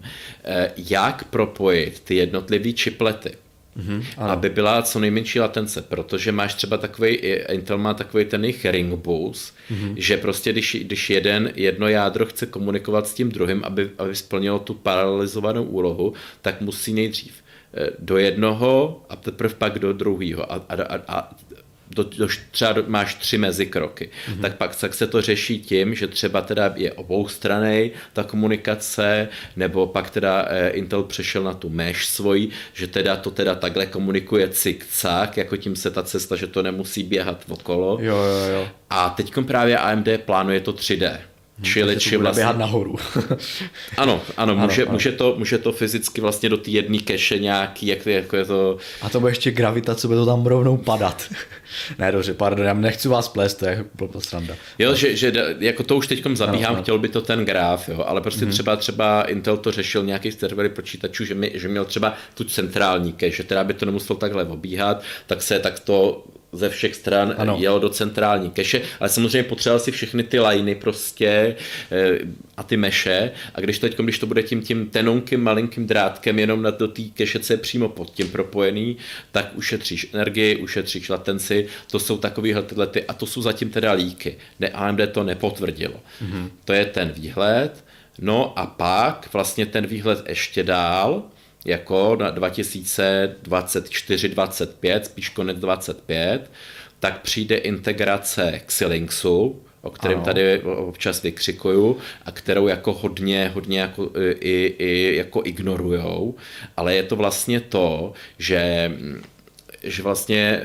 jak propojit ty jednotlivé chiplety. Mm-hmm, aby byla co nejmenší latence, protože máš třeba takový, Intel má takový ten jejich ring bus, mm-hmm. že prostě když, když jeden, jedno jádro chce komunikovat s tím druhým, aby, aby splnilo tu paralelizovanou úlohu, tak musí nejdřív do jednoho a teprve pak do druhého a, a, a, a do, do, třeba do, máš tři mezikroky. Mm-hmm. Tak pak tak se to řeší tím, že třeba teda je oboustrannej ta komunikace, nebo pak teda eh, Intel přešel na tu mesh svoji, že teda to teda takhle komunikuje cik-cak, jako tím se ta cesta, že to nemusí běhat okolo. Jo, jo, jo. A teďkom právě A M D plánuje to tři dé. Čili, či vlastně běhat nahoru. ano, ano, může, ano, může, to, může to fyzicky vlastně do té jedné keše nějaký, jak, jako je to... A to bude ještě gravitace, bude to tam rovnou padat. Ne, dobře, pardon, já nechci vás plést, to je blbá sranda. Jo, no. že, že jako to už teďkom zabíhám, ano, chtěl by to ten graf, jo, ale prostě mm-hmm. třeba, třeba Intel to řešil nějaký servery počítačů, že, mi, že měl třeba tu centrální cache, že teda by to nemuselo takhle obíhat, tak se tak to ze všech stran ano. jel do centrální cache, ale samozřejmě potřeboval si všechny ty liney prostě e, a ty meše a když teď, když to bude tím, tím tenonkým malinkým drátkem jenom na do té cache, co je přímo pod tím propojený, tak ušetříš energii, ušetříš latenci, to jsou takovýhle tyhle ty, a to jsou zatím teda líky, ne, A M D to nepotvrdilo. Mm-hmm. To je ten výhled, no a pak vlastně ten výhled ještě dál, jako na dva tisíce dvacet čtyři dvacet pět, spíš konec dvacet pět, tak přijde integrace Xilinxu, o kterém ano. tady občas vykřikuju a kterou jako hodně, hodně jako, i, i, jako ignorujou, ale je to vlastně to, že, že vlastně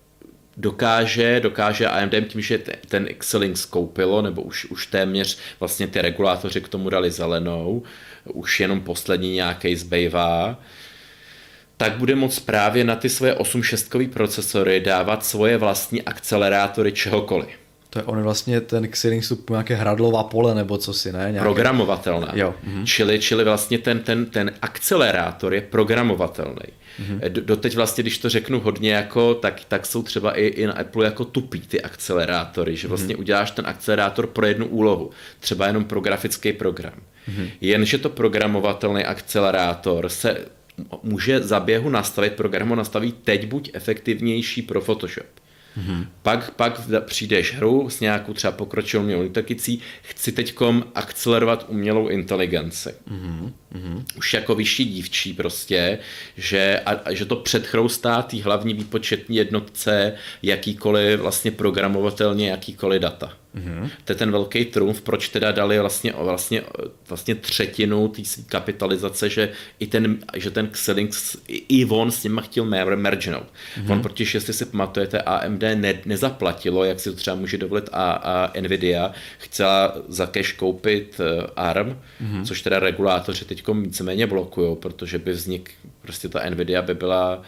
dokáže, dokáže A M D tím, že ten Xilinx koupilo, nebo už, už téměř vlastně ty regulátoři k tomu dali zelenou, už jenom poslední nějaký zbývá, tak bude moct právě na ty svoje osm šestkový procesory dávat svoje vlastní akcelerátory čehokoliv. To je on vlastně ten Xilinx nějaké hradlová pole nebo co si, ne? Nějaké... Programovatelná. Jo. Mhm. Čili, čili vlastně ten, ten, ten akcelerátor je programovatelný. Mhm. Doteď vlastně, když to řeknu hodně, jako, tak, tak jsou třeba i, i na Apple jako tupí ty akcelerátory, že vlastně mhm. uděláš ten akcelerátor pro jednu úlohu, třeba jenom pro grafický program. Mhm. Jenže to programovatelný akcelerátor se může za běhu nastavit, program ho nastaví teď buď efektivnější pro Photoshop. Mm-hmm. Pak, pak přijdeš hru s nějakou třeba pokročilou umělou inteligencí, chci teďkom akcelerovat umělou inteligenci. Mm-hmm. Už jako vyšší dívčí prostě, že, a, a že to předchroustá tý hlavní výpočetní jednotce jakýkoliv vlastně programovatelně jakýkoliv data. Mm-hmm. To je ten velký trumf, proč teda dali vlastně, vlastně, vlastně třetinu té kapitalizace, že i ten, že ten Xilinx, i on s nima chtěl mergenout. Mm-hmm. On, protože jestli si pamatujete, A M D ne, nezaplatilo, jak si to třeba může dovolit a, a Nvidia, chtěla za cash koupit uh, A R M, mm-hmm. což teda regulátoři teďko víceméně blokujou, protože by vznik, prostě ta Nvidia by byla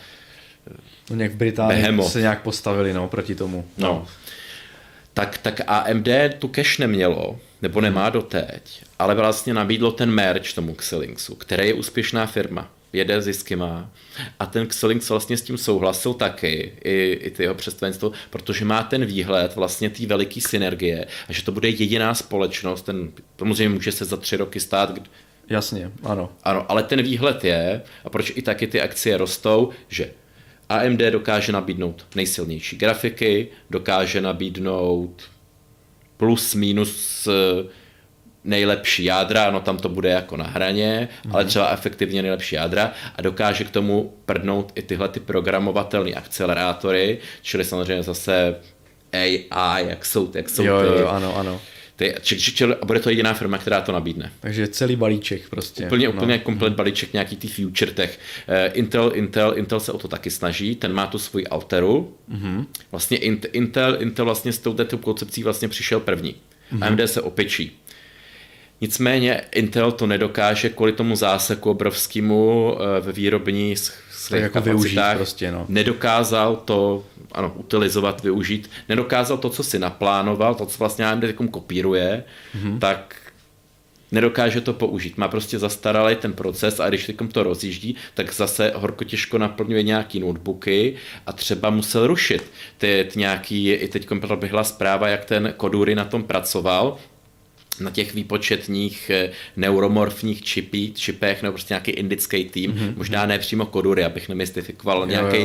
no nějak v Británii behemo. Se nějak postavili no, proti tomu. No. no. Tak, tak A M D tu cache nemělo, nebo nemá doteď, ale vlastně nabídlo ten merge tomu Xilinxu, který je úspěšná firma, jede zisky má. A ten Xilinx vlastně s tím souhlasil taky, i, i ty jeho představenstvo, protože má ten výhled vlastně té veliký synergie a že to bude jediná společnost, ten samozřejmě může se za tři roky stát. Jasně, ano. Ano, ale ten výhled je, a proč i taky ty akcie rostou, že A M D dokáže nabídnout nejsilnější grafiky, dokáže nabídnout plus minus nejlepší jádra, no tam to bude jako na hraně, mm. ale třeba efektivně nejlepší jádra a dokáže k tomu prdnout i tyhle ty programovatelné akcelerátory, čili samozřejmě zase A I, jak jsou, jak jsou jo, ty... Jo, ano, ano. Ty, či, či, či, a bude to jediná firma, která to nabídne. Takže celý balíček prostě. Úplně, no. úplně komplet balíček nějaký ty future tech. Uh, Intel, Intel, Intel se o to taky snaží, ten má tu svoji Alteru. Mm-hmm. Vlastně Intel, Intel vlastně s touto koncepcí vlastně přišel první. Mm-hmm. A M D se opečí. Nicméně Intel to nedokáže kvůli tomu záseku obrovskému ve výrobní svých jako kapacitách. Prostě, no. Nedokázal to ano, utilizovat, využít. Nedokázal to, co si naplánoval, to, co vlastně A M D kopíruje, mm-hmm. tak nedokáže to použít. Má prostě zastaralý ten proces a když to rozjíždí, tak zase horko těžko naplňuje nějaký notebooky a třeba musel rušit ty, ty nějaký, i teď byla zpráva, jak ten Koduri na tom pracoval, na těch výpočetních neuromorfních čipí, čipech, nebo prostě nějaký indický tým, mm-hmm. možná ne přímo Koduri, abych nemystifikoval, nějaký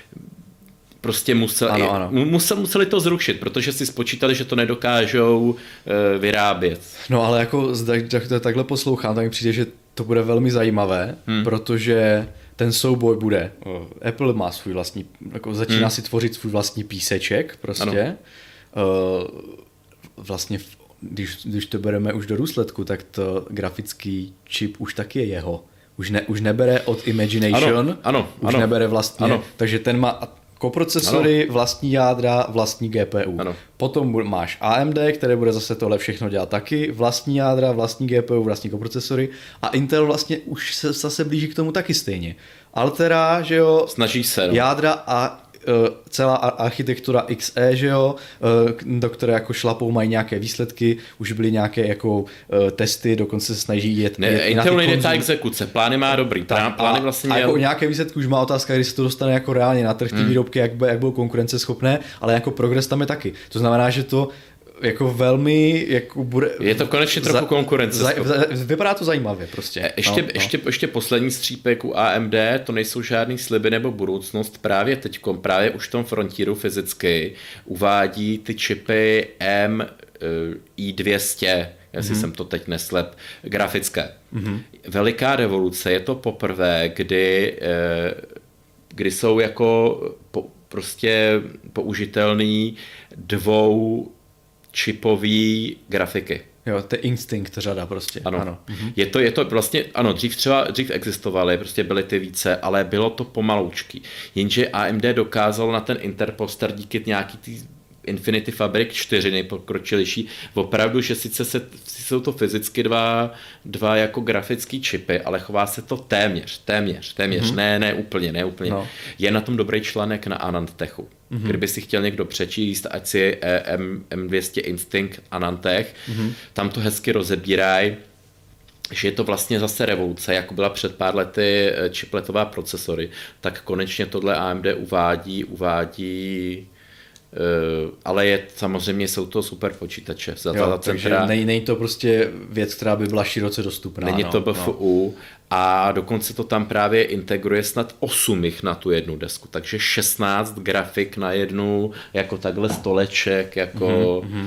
prostě musel, ano, ano. musel, museli to zrušit, protože si spočítali, že to nedokážou e, vyrábět. No ale jako tak, tak, takhle poslouchám, tak mi přijde, že to bude velmi zajímavé, hmm. protože ten souboj bude, Apple má svůj vlastní, jako začíná hmm. si tvořit svůj vlastní píseček prostě, uh, vlastně když, když to bereme už do důsledku, tak to grafický čip už taky je jeho. Už, ne, už nebere od Imagination, ano, ano, už ano, nebere vlastně, ano. takže ten má koprocesory, ano. vlastní jádra, vlastní G P U. Ano. Potom máš A M D, které bude zase tohle všechno dělat taky, vlastní jádra, vlastní G P U, vlastní koprocesory a Intel vlastně už se zase blíží k tomu taky stejně. Altera, že jo, snaží se, no. jádra a celá architektura X E, že jo, do které jako šlapou mají nějaké výsledky, už byly nějaké jako testy, dokonce se snaží jet. Ne, Intel nejde ta exekuce, plány má dobrý, tak, plány vlastně a, měl... a jako nějaké výsledky už má otázka, když se to dostane jako reálně na trh, ty hmm. výrobky, jak, jak budou konkurenceschopné, ale jako progres tam je taky. To znamená, že to jako velmi jako bude... Je to konečně trochu konkurence. Vypadá to zajímavě prostě. Ještě, no, ještě, no. ještě poslední střípek u A M D, to nejsou žádný sliby nebo budoucnost, právě teďkom, právě už v tom frontieru fyzicky uvádí ty čipy M I dvě stě, jestli mm-hmm. jsem to teď neslep, grafické. Mm-hmm. Veliká revoluce, je to poprvé, kdy, kdy jsou jako po, prostě použitelný dvou čipový grafiky. Jo, to je Instinct řada prostě. Ano. ano. Mhm. Je to, je to vlastně, ano, dřív třeba, dřív existovaly, prostě byly ty více, ale bylo to pomaloučký. Jenže A M D dokázalo na ten Interposter díky nějaký tý Infinity Fabric čtyři nejpokročilejší, opravdu, že sice se, jsou to fyzicky dva, dva jako grafický čipy, ale chová se to téměř, téměř, téměř, mm-hmm. ne, ne úplně, ne úplně. No. Je na tom dobrý článek na Anantechu. Mm-hmm. Kdyby si chtěl někdo přečíst, ať si M, M dvě stě Instinct Anantech, mm-hmm. tam to hezky rozebírají, že je to vlastně zase revoluce, jako byla před pár lety chipletová procesory, tak konečně tohle A M D uvádí, uvádí Uh, ale je, samozřejmě jsou to super počítače. Za jo, takže nej, není to prostě věc, která by byla široce dostupná. Není no, to B F U no. A dokonce to tam právě integruje snad osm jich na tu jednu desku, takže šestnáct grafik na jednu, jako takhle stoleček, jako mm-hmm. uh,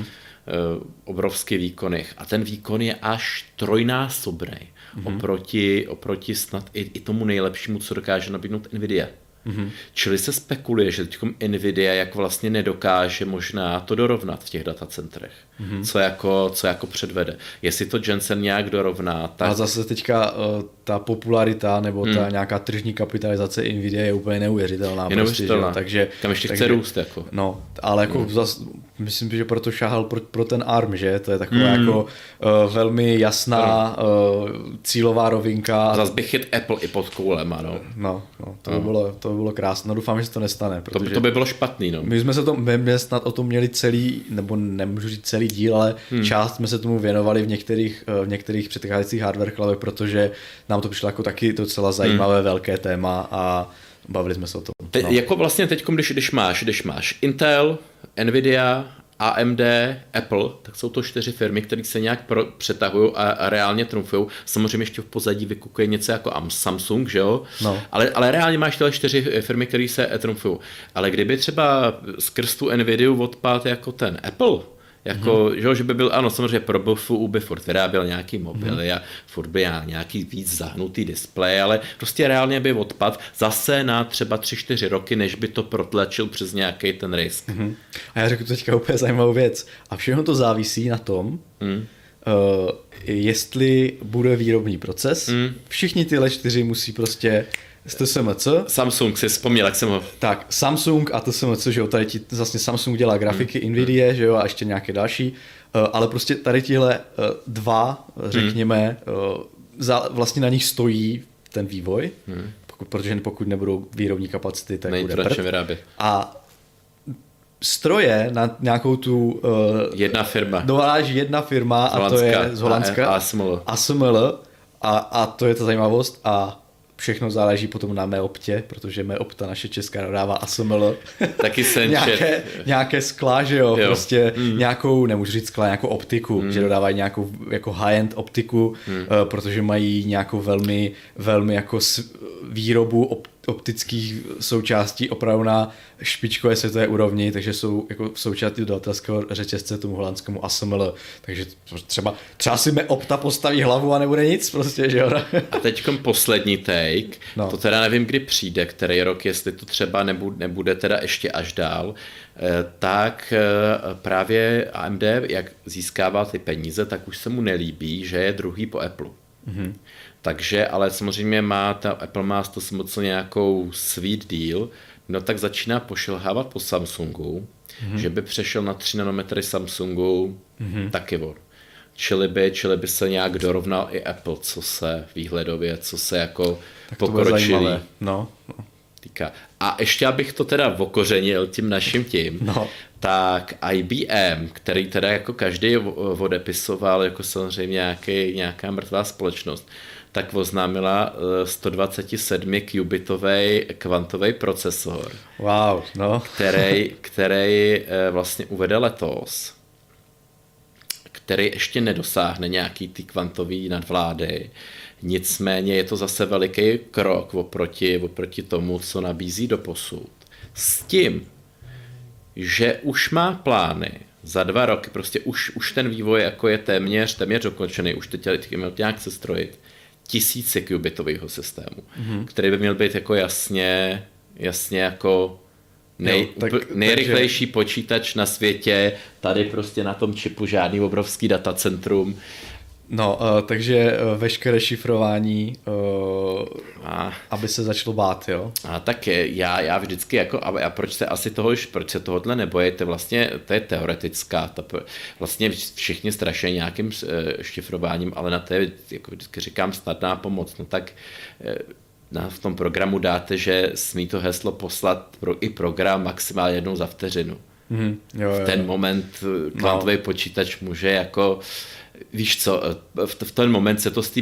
obrovský výkon. A ten výkon je až trojnásobný mm-hmm. oproti, oproti snad i, i tomu nejlepšímu, co dokáže nabídnout Nvidia. Mm-hmm. Čili se spekuluje, že teďkom Nvidia jak vlastně nedokáže možná to dorovnat v těch datacentrech. Mm-hmm. Co, jako, co jako předvede. Jestli to Jensen nějak dorovná, tak... A zase teďka uh, ta popularita nebo ta hmm. nějaká tržní kapitalizace Nvidia je úplně neuvěřitelná. Je neuvěřitelná. Prostě, takže, Kam ještě takže, chce růst. Jako. No, ale jako hmm. zas, myslím, že proto šáhal pro, pro ten A R M, že? To je taková hmm. jako uh, velmi jasná uh, cílová rovinka. A zase bych chyt Apple i pod koulem, ano. No, no, to, no. By bylo, to by bylo krásné. No, doufám, že se to nestane. To by, to by bylo špatný, no. My jsme se to, my, my snad o tom měli celý, nebo nemůžu říct celý díl, ale hmm. část jsme se tomu věnovali v některých, v některých předcházejících hardware clubech, protože nám to přišlo jako taky docela zajímavé hmm. velké téma a bavili jsme se o tom. Te, no. Jako vlastně teď, když, když, máš, když máš Intel, Nvidia, A M D, Apple, tak jsou to čtyři firmy, které se nějak pro, přetahují a, a reálně trumfují. Samozřejmě ještě v pozadí vykukuje něco jako Samsung, že jo? No. Ale, ale reálně máš tyhle čtyři firmy, které se trumfují. Ale kdyby třeba skrz tu Nvidia odpad jako ten Apple, Jako, mm. že, že by byl, ano, samozřejmě pro Bofu by furt vyráběl nějaký mobily mm. a furt by nějaký víc zahnutý displej, ale prostě reálně by odpad zase na třeba tři čtyři roky, než by to protlačil přes nějaký ten risk. Mm. A já řeknu teďka úplně zajímavou věc. A všechno to závisí na tom, mm. uh, jestli bude výrobní proces. Mm. Všichni tyhle čtyři musí prostě T S M C. Samsung si vzpomněl, jak jsem ho... Tak, Samsung a T S M C, že jo, tady ti, vlastně Samsung dělá grafiky hmm. Nvidia, že jo, a ještě nějaké další, uh, ale prostě tady tihle uh, dva, řekněme, uh, za, vlastně na nich stojí ten vývoj, hmm. pokud, protože pokud nebudou výrobní kapacity, tak Nejde bude prd. Vyrábět. A stroje na nějakou tu... Uh, jedna firma. Dováží jedna firma a to je z Holandska. A S M L. A S M L. A, a to je ta zajímavost a všechno záleží potom na Meoptě, protože Meopta naše česká dodává A S M L. Taky nějaké, nějaké skla, že jo, jo. prostě mm. nějakou, nemůžu říct skla, nějakou optiku, mm. že dodávají nějakou jako high-end optiku, mm. uh, protože mají nějakou velmi, velmi jako výrobu op, optických součástí opravdu na špičkové světové úrovni, takže jsou jako součástí dodavatelského řetězce tomu holandskému A S M L, takže třeba, třeba si Meopta postaví hlavu a nebude nic prostě, že jo. A teďkom poslední take, no. To teda nevím, kdy přijde, který rok, jestli to třeba nebude, nebude teda ještě až dál, tak právě A M D, jak získává ty peníze, tak už se mu nelíbí, že je druhý po Apple. Mm-hmm. Takže, ale samozřejmě má, ta Apple má to moc nějakou sweet deal, no tak začíná pošilhávat po Samsungu, mm-hmm. že by přešel na tři nanometry Samsungu mm-hmm. taky on. Čili by, čili by se nějak dorovnal i Apple, co se výhledově, co se jako pokročilý no, no. týká. A ještě abych to teda okořenil tím naším tím, no. tak I B M, který teda jako každý odepisoval, jako samozřejmě nějaký, nějaká mrtvá společnost, tak oznámila sto dvacet sedm kubitový kvantový procesor, wow, no. který, který vlastně uvede letos, který ještě nedosáhne nějaký ty kvantový nadvlády. Nicméně je to zase veliký krok oproti, oproti tomu, co nabízí doposud. S tím, že už má plány za dva roky, prostě už, už ten vývoj jako je téměř, téměř dokončený, už teď měl nějak se strojit tisíce kubitového systému, mm-hmm. který by měl být jako jasně, jasně jako nej, jo, tak, nejrychlejší takže... počítač na světě, tady prostě na tom čipu žádný obrovský datacentrum. No, uh, takže uh, veškeré šifrování, uh, a, aby se začalo bát, jo? A tak já, já vždycky jako, a, a proč se asi toho, proč se tohohle nebojete, vlastně to je teoretická, ta, vlastně všichni straší nějakým uh, šifrováním, ale na to je, jako vždycky říkám, snadná pomoc, no tak uh, na, v tom programu dáte, že smí to heslo poslat pro, i program maximálně jednou za vteřinu. Mm, jo, jo. V ten moment kvantový no. počítač může jako víš co, v ten moment se to z té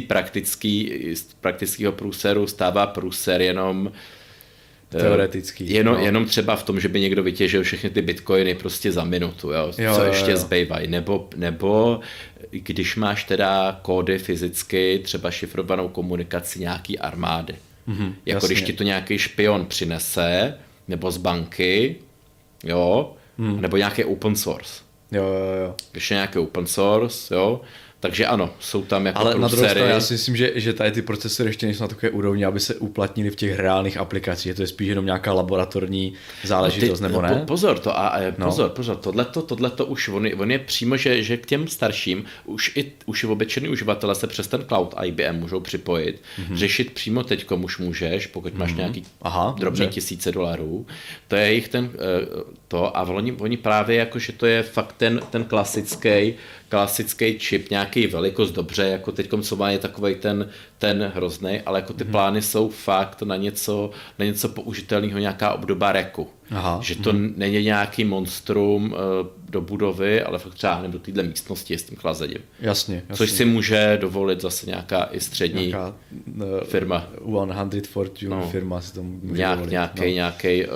praktického průseru stává průser jenom teoretický. Jenom, no. jenom třeba v tom, že by někdo vytěžil všechny ty bitcoiny prostě za minutu, jo, jo co jo, ještě jo. zbývají. Nebo, nebo když máš teda kódy fyzicky, třeba šifrovanou komunikaci nějaký armády. Mm-hmm, jako jasně. Když ti to nějaký špion přinese, nebo z banky, jo, mm. nebo nějaký open source. Jo, jo, jo. Ještě nějaký open source, jo. Takže ano, jsou tam jako ale na druhou stranu já si myslím, že, že tady ty procesory ještě nejsou na takové úrovni, aby se uplatnili v těch reálných aplikacích. Je to je spíš jenom nějaká laboratorní záležitost, no ty, nebo ne? Pozor, to a, pozor, no. pozor, tohleto, tohleto už on, on je přímo, že, že k těm starším už i už obyčejní uživatelé se přes ten cloud I B M můžou připojit, mm-hmm. řešit přímo teďkom už můžeš, pokud máš mm-hmm. nějaký Aha, drobný tisíce dolarů. To je jich ten to a oni, oni právě jako, že to je fakt ten, ten klasický klasický čip, nějaký velikost, dobře, jako teďkom co má je takovej ten, ten hroznej, ale jako ty mm. plány jsou fakt na něco, na něco použitelného, nějaká obdoba reku. Aha, že to mm. není nějaký monstrum uh, do budovy, ale fakt třeba do téhle místnosti s tím chlazením. Jasně, jasně. Což si může dovolit zase nějaká i střední nějaká, uh, firma. sto Fortune no. firma si to může Nějak, dovolit. Nějaký, no. nějaký uh,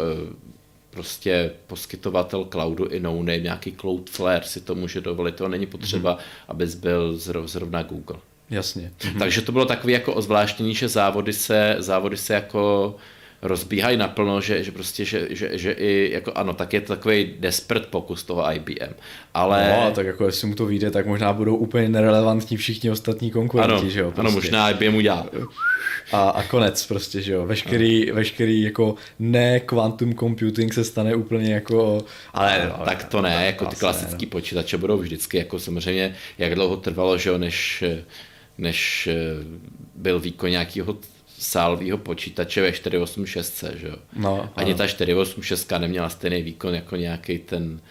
prostě poskytovatel cloudu i no-name, nějaký Cloudflare si to může dovolit, to není potřeba, mm. abys byl zrovna Google. Jasně. Mm. Takže to bylo takový jako ozvláštnění, že závody se, závody se jako rozbíhají naplno, že, že prostě, že, že, že i jako ano, tak je to takový desperate pokus toho I B M, ale... No, tak jako jestli mu to vyjde, tak možná budou úplně nerelevantní všichni ostatní konkurenti, ano, že jo? Prostě. Ano, možná I B M udělá. A, a konec prostě, že jo, veškerý, veškerý jako ne quantum computing se stane úplně jako... Ale no, tak to ne, jako ty klasický no. počítače budou vždycky, jako samozřejmě, jak dlouho trvalo, že jo, než, než byl výkon nějakého sálového počítače ve čtyři osm šest, že jo. No, ani ano. ta čtyři osm šest neměla stejný výkon jako nějaký ten...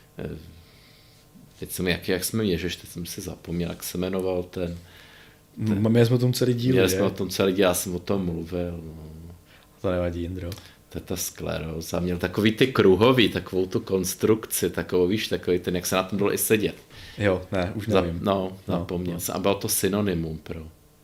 Teď jsem, jak, jak jsme měli, že teď jsem si zapomněl, jak se jmenoval ten... ten... Měli jsme o tom celý díl, Měli jsme o tom celý díl, já jsem o tom mluvil. No. To nevadí, Jindro. To je ta skleróza. Měl takový ty kruhový, takovou tu konstrukci, takovou, víš, takový ten, jak se na tom dalo i sedět. Jo, ne, už nevím. Za, no, no, zapomněl no. jsem. A bylo to synonymum pro,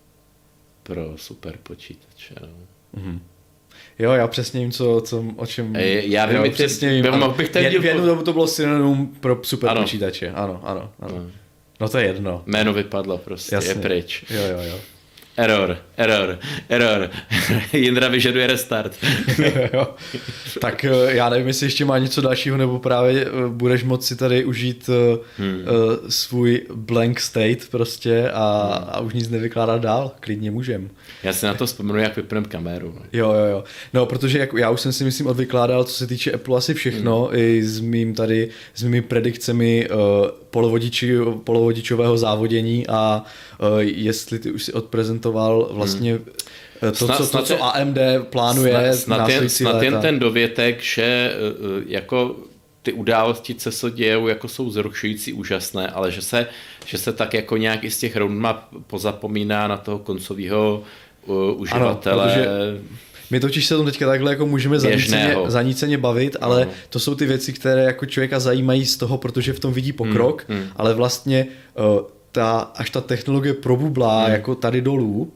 pro super počítače. No. Mm-hmm. Jo, já přesně vím, co, co, o čem... Ej, já vím, jo, ty, přesně vím. Byl, mohl bych ten díl... V jednu dobu to bylo synonymum pro super ano. počítače. Ano, ano, ano. No. No to je jedno. Jméno vypadlo prostě, Jasně. je pryč. Jo, jo, jo. Error, error, error. Jindra vyžaduje restart. jo. Tak já nevím, jestli ještě má něco dalšího, nebo právě budeš moci tady užít hmm. uh, svůj blank state prostě a, hmm. a už nic nevykládat dál. Klidně můžem. Já si na to vzpomenu, jak vypneme kameru. No. Jo, jo, jo. No, protože jak, já už jsem si myslím odvykládal, co se týče Apple asi všechno, hmm. i s mým tady, s mými predikcemi uh, polovodiči, polovodičového závodění a uh, jestli ty už si odprezentoval vlastně hmm. to, snad, co, to, co A M D plánuje snad, snad, jen, snad jen ten dovětek, že uh, jako ty události, co se dějou, jako jsou zrušující, úžasné, ale že se, že se tak jako nějak i z těch roadmap pozapomíná na toho koncového uh, uživatele. Ano, my totiž se tom teďka takhle jako můžeme zaníceně, zaníceně bavit, ale no. to jsou ty věci, které jako člověka zajímají z toho, protože v tom vidí pokrok, hmm, hmm. ale vlastně uh, ta, až ta technologie probublá hmm. jako tady dolů,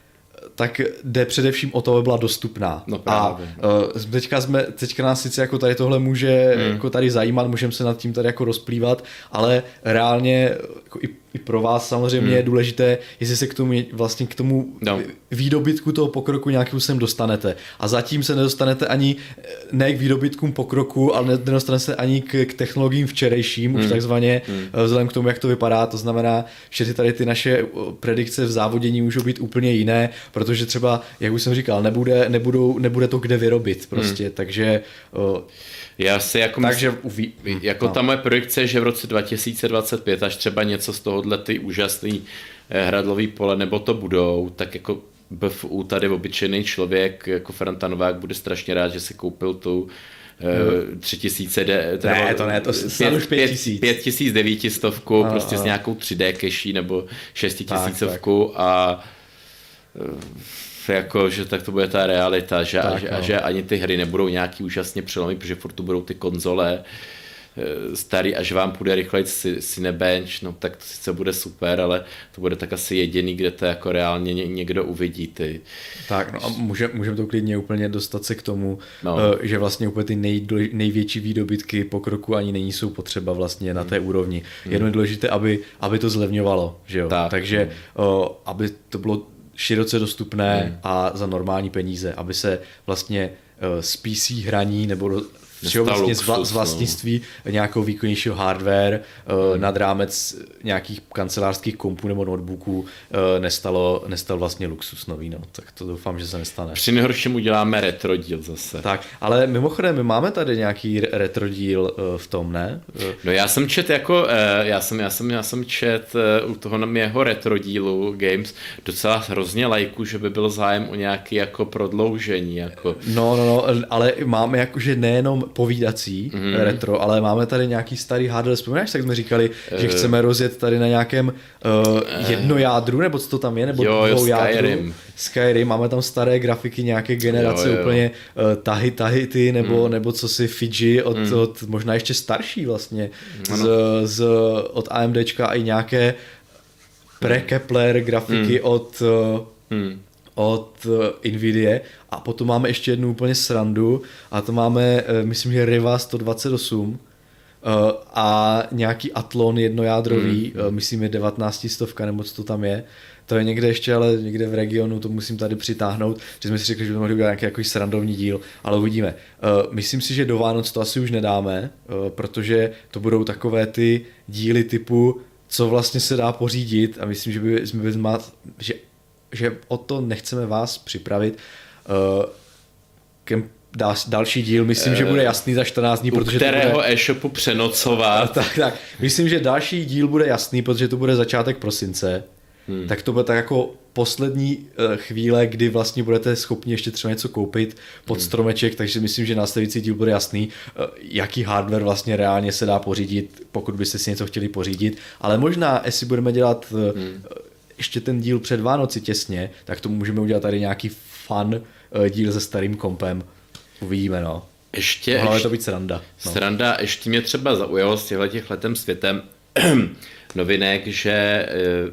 tak jde především o to, aby byla dostupná. No právě. A uh, teďka, jsme, teďka nás sice jako tady tohle může hmm. jako tady zajímat, můžeme se nad tím tady jako rozplývat, ale reálně jako i, i pro vás samozřejmě hmm. je důležité, jestli se k tomu vlastně k tomu no. výdobytku toho pokroku nějakým sem dostanete. A zatím se nedostanete ani ne k výdobytkům pokroku, ale nedostanete se ani k, k technologiím včerejším, hmm. už takzvaně hmm. vzhledem k tomu, jak to vypadá. To znamená, že ty tady ty naše predikce v závodění můžou být úplně jiné, protože třeba, jak už jsem říkal, nebude, nebudou, nebude to kde vyrobit prostě, hmm. takže... O, já si jako, takže myslím, uví, jako no. ta moje projekce je, že v roce dva tisíce dvacet pět až třeba něco z tohohle ty úžasný hradlový pole nebo to budou, tak jako B F U tady obyčejný člověk jako Franta Novák bude strašně rád, že si koupil tu tři tisíce, ne, to ne, to snad už pět tisíc. pět tisíc devítistovku, prostě s nějakou tři dé keší nebo šestitisícovku a jako, že tak to bude ta realita, že, tak, že, no. že ani ty hry nebudou nějaký úžasně přelomy, protože furt tu budou ty konzole starý, až vám půjde rychleji Cinebench, no tak to sice bude super, ale to bude tak asi jediný, kde to jako reálně někdo uvidí. Ty. Tak, no a můžeme můžem to klidně úplně dostat se k tomu, no. že vlastně úplně ty nej, největší výdobytky pokroku ani není jsou potřeba vlastně na té úrovni. Hmm. Jenom je důležité, aby, aby to zlevňovalo, že jo? Tak. Takže o, aby to bylo široce dostupné hmm. a za normální peníze, aby se vlastně z P C hraní nebo vlastně z, vla, z vlastnictví no. nějakou výkonnějšího hardware hmm. nad rámec nějakých kancelářských kompů nebo notebooků nestalo, nestal vlastně luxus nový, no. Tak to doufám, že se nestane. Při nejhorším uděláme retro díl zase. Tak, ale mimochodem, my máme tady nějaký retro díl v tom, ne? No já jsem čet jako, já jsem, já jsem, já jsem čet u toho na mého retro dílu Games docela hrozně lajku, že by byl zájem o nějaký jako prodloužení. Jako. No, no, no, ale máme jakože nejenom povídací mm. retro, ale máme tady nějaký starý hardware. Vzpomínáš, tak jsme říkali, uh, že chceme rozjet tady na nějakém uh, jednojádru, nebo co to tam je, nebo jo, dvou jo, jádru. Skyrim. Skyrim, máme tam staré grafiky nějaké generace, jo, jo. úplně uh, tahy, tahy ty, nebo, mm. nebo co si Fiji od, mm. od možná ještě starší vlastně, z, z, od AMDčka i nějaké pre-Kepler grafiky mm. od uh, mm. od Nvidia a potom máme ještě jednu úplně srandu a to máme, myslím, že Riva sto dvacet osm, a nějaký Athlon jednojádrový, mm. myslím je devatenáct stovka nebo co to tam je. To je někde ještě, ale někde v regionu, to musím tady přitáhnout, že jsme si řekli, že by mohli udělat nějaký jako srandovní díl, ale uvidíme. Myslím si, že do Vánoc to asi už nedáme, protože to budou takové ty díly typu, co vlastně se dá pořídit a myslím, že by jsme by mát, že, že o to nechceme vás připravit. Kem, další díl, myslím, že bude jasný za čtrnáct dní, u protože kterého bude... e-shopu přenocovat. Tak, tak. Myslím, že další díl bude jasný, protože to bude začátek prosince. Hmm. Tak to bude tak jako poslední chvíle, kdy vlastně budete schopni ještě třeba něco koupit pod hmm. stromeček, takže myslím, že následující díl bude jasný, jaký hardware vlastně reálně se dá pořídit, pokud byste si něco chtěli pořídit, ale možná, jestli budeme dělat hmm. ještě ten díl před Vánoci těsně, tak to můžeme udělat tady nějaký fun díl se starým kompem. Uvidíme, no. Ještě, Mohla to být sranda. No. Sranda, ještě mě třeba zaujalo z těchto letem světem novinek, že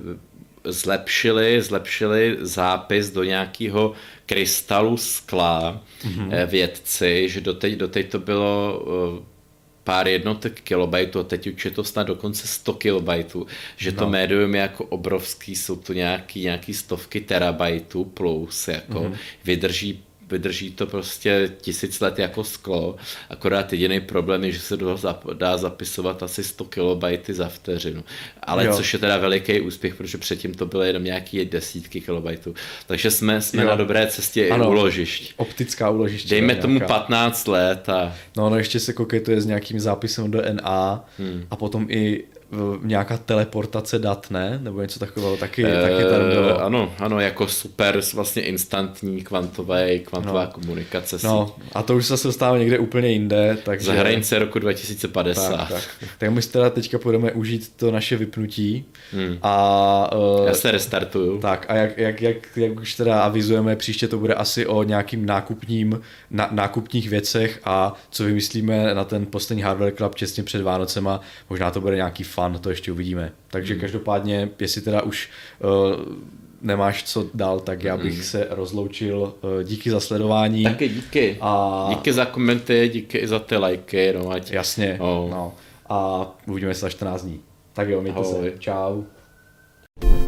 zlepšili, zlepšili zápis do nějakého krystalu skla mm-hmm. vědci, že doteď, doteď to bylo pár jednotek kilobajtů a teď už je to snad dokonce sto kilobajtů, že to no. médium je jako obrovský, jsou to nějaký, nějaký stovky terabajtů plus, jako mm-hmm. vydrží vydrží to prostě tisíc let jako sklo, akorát jediný problém je, že se dá zapisovat asi sto kilobajty za vteřinu, ale jo. což je teda veliký úspěch, protože předtím to bylo jenom nějaký desítky kilobajtů, takže jsme, jsme na dobré cestě ano, i úložišť. Optická úložiště. Dejme tomu nějaká. patnáct let a... No, no ještě se koketuje s nějakým zápisem do N A hmm. a potom i nějaká teleportace dat, ne? Nebo něco takového, taky, e, taky tam bylo. Ano, ano, jako super vlastně instantní kvantové, kvantová no. komunikace. No, a to už se dostává někde úplně jinde. Takže... Za hranice roku dva tisíce padesát. Tak, tak. tak my si teda teďka budeme užít to naše vypnutí. Hmm. A, uh, Já se restartuju. Tak a jak, jak, jak, jak už teda avizujeme, příště to bude asi o nějakým nákupním, na, nákupních věcech a co vymyslíme na ten poslední Hardware Club těsně před Vánocema. Možná to bude nějaký fun, to ještě uvidíme. Takže hmm. každopádně, jestli teda už uh, nemáš co dál, tak já bych hmm. se rozloučil. Uh, díky za sledování. Taky díky. A... Díky za komenty, díky i za ty lajky. No, ať... Jasně. Oh. No. A uvidíme se za čtrnáct dní. Tak jo, mějte se. Čau.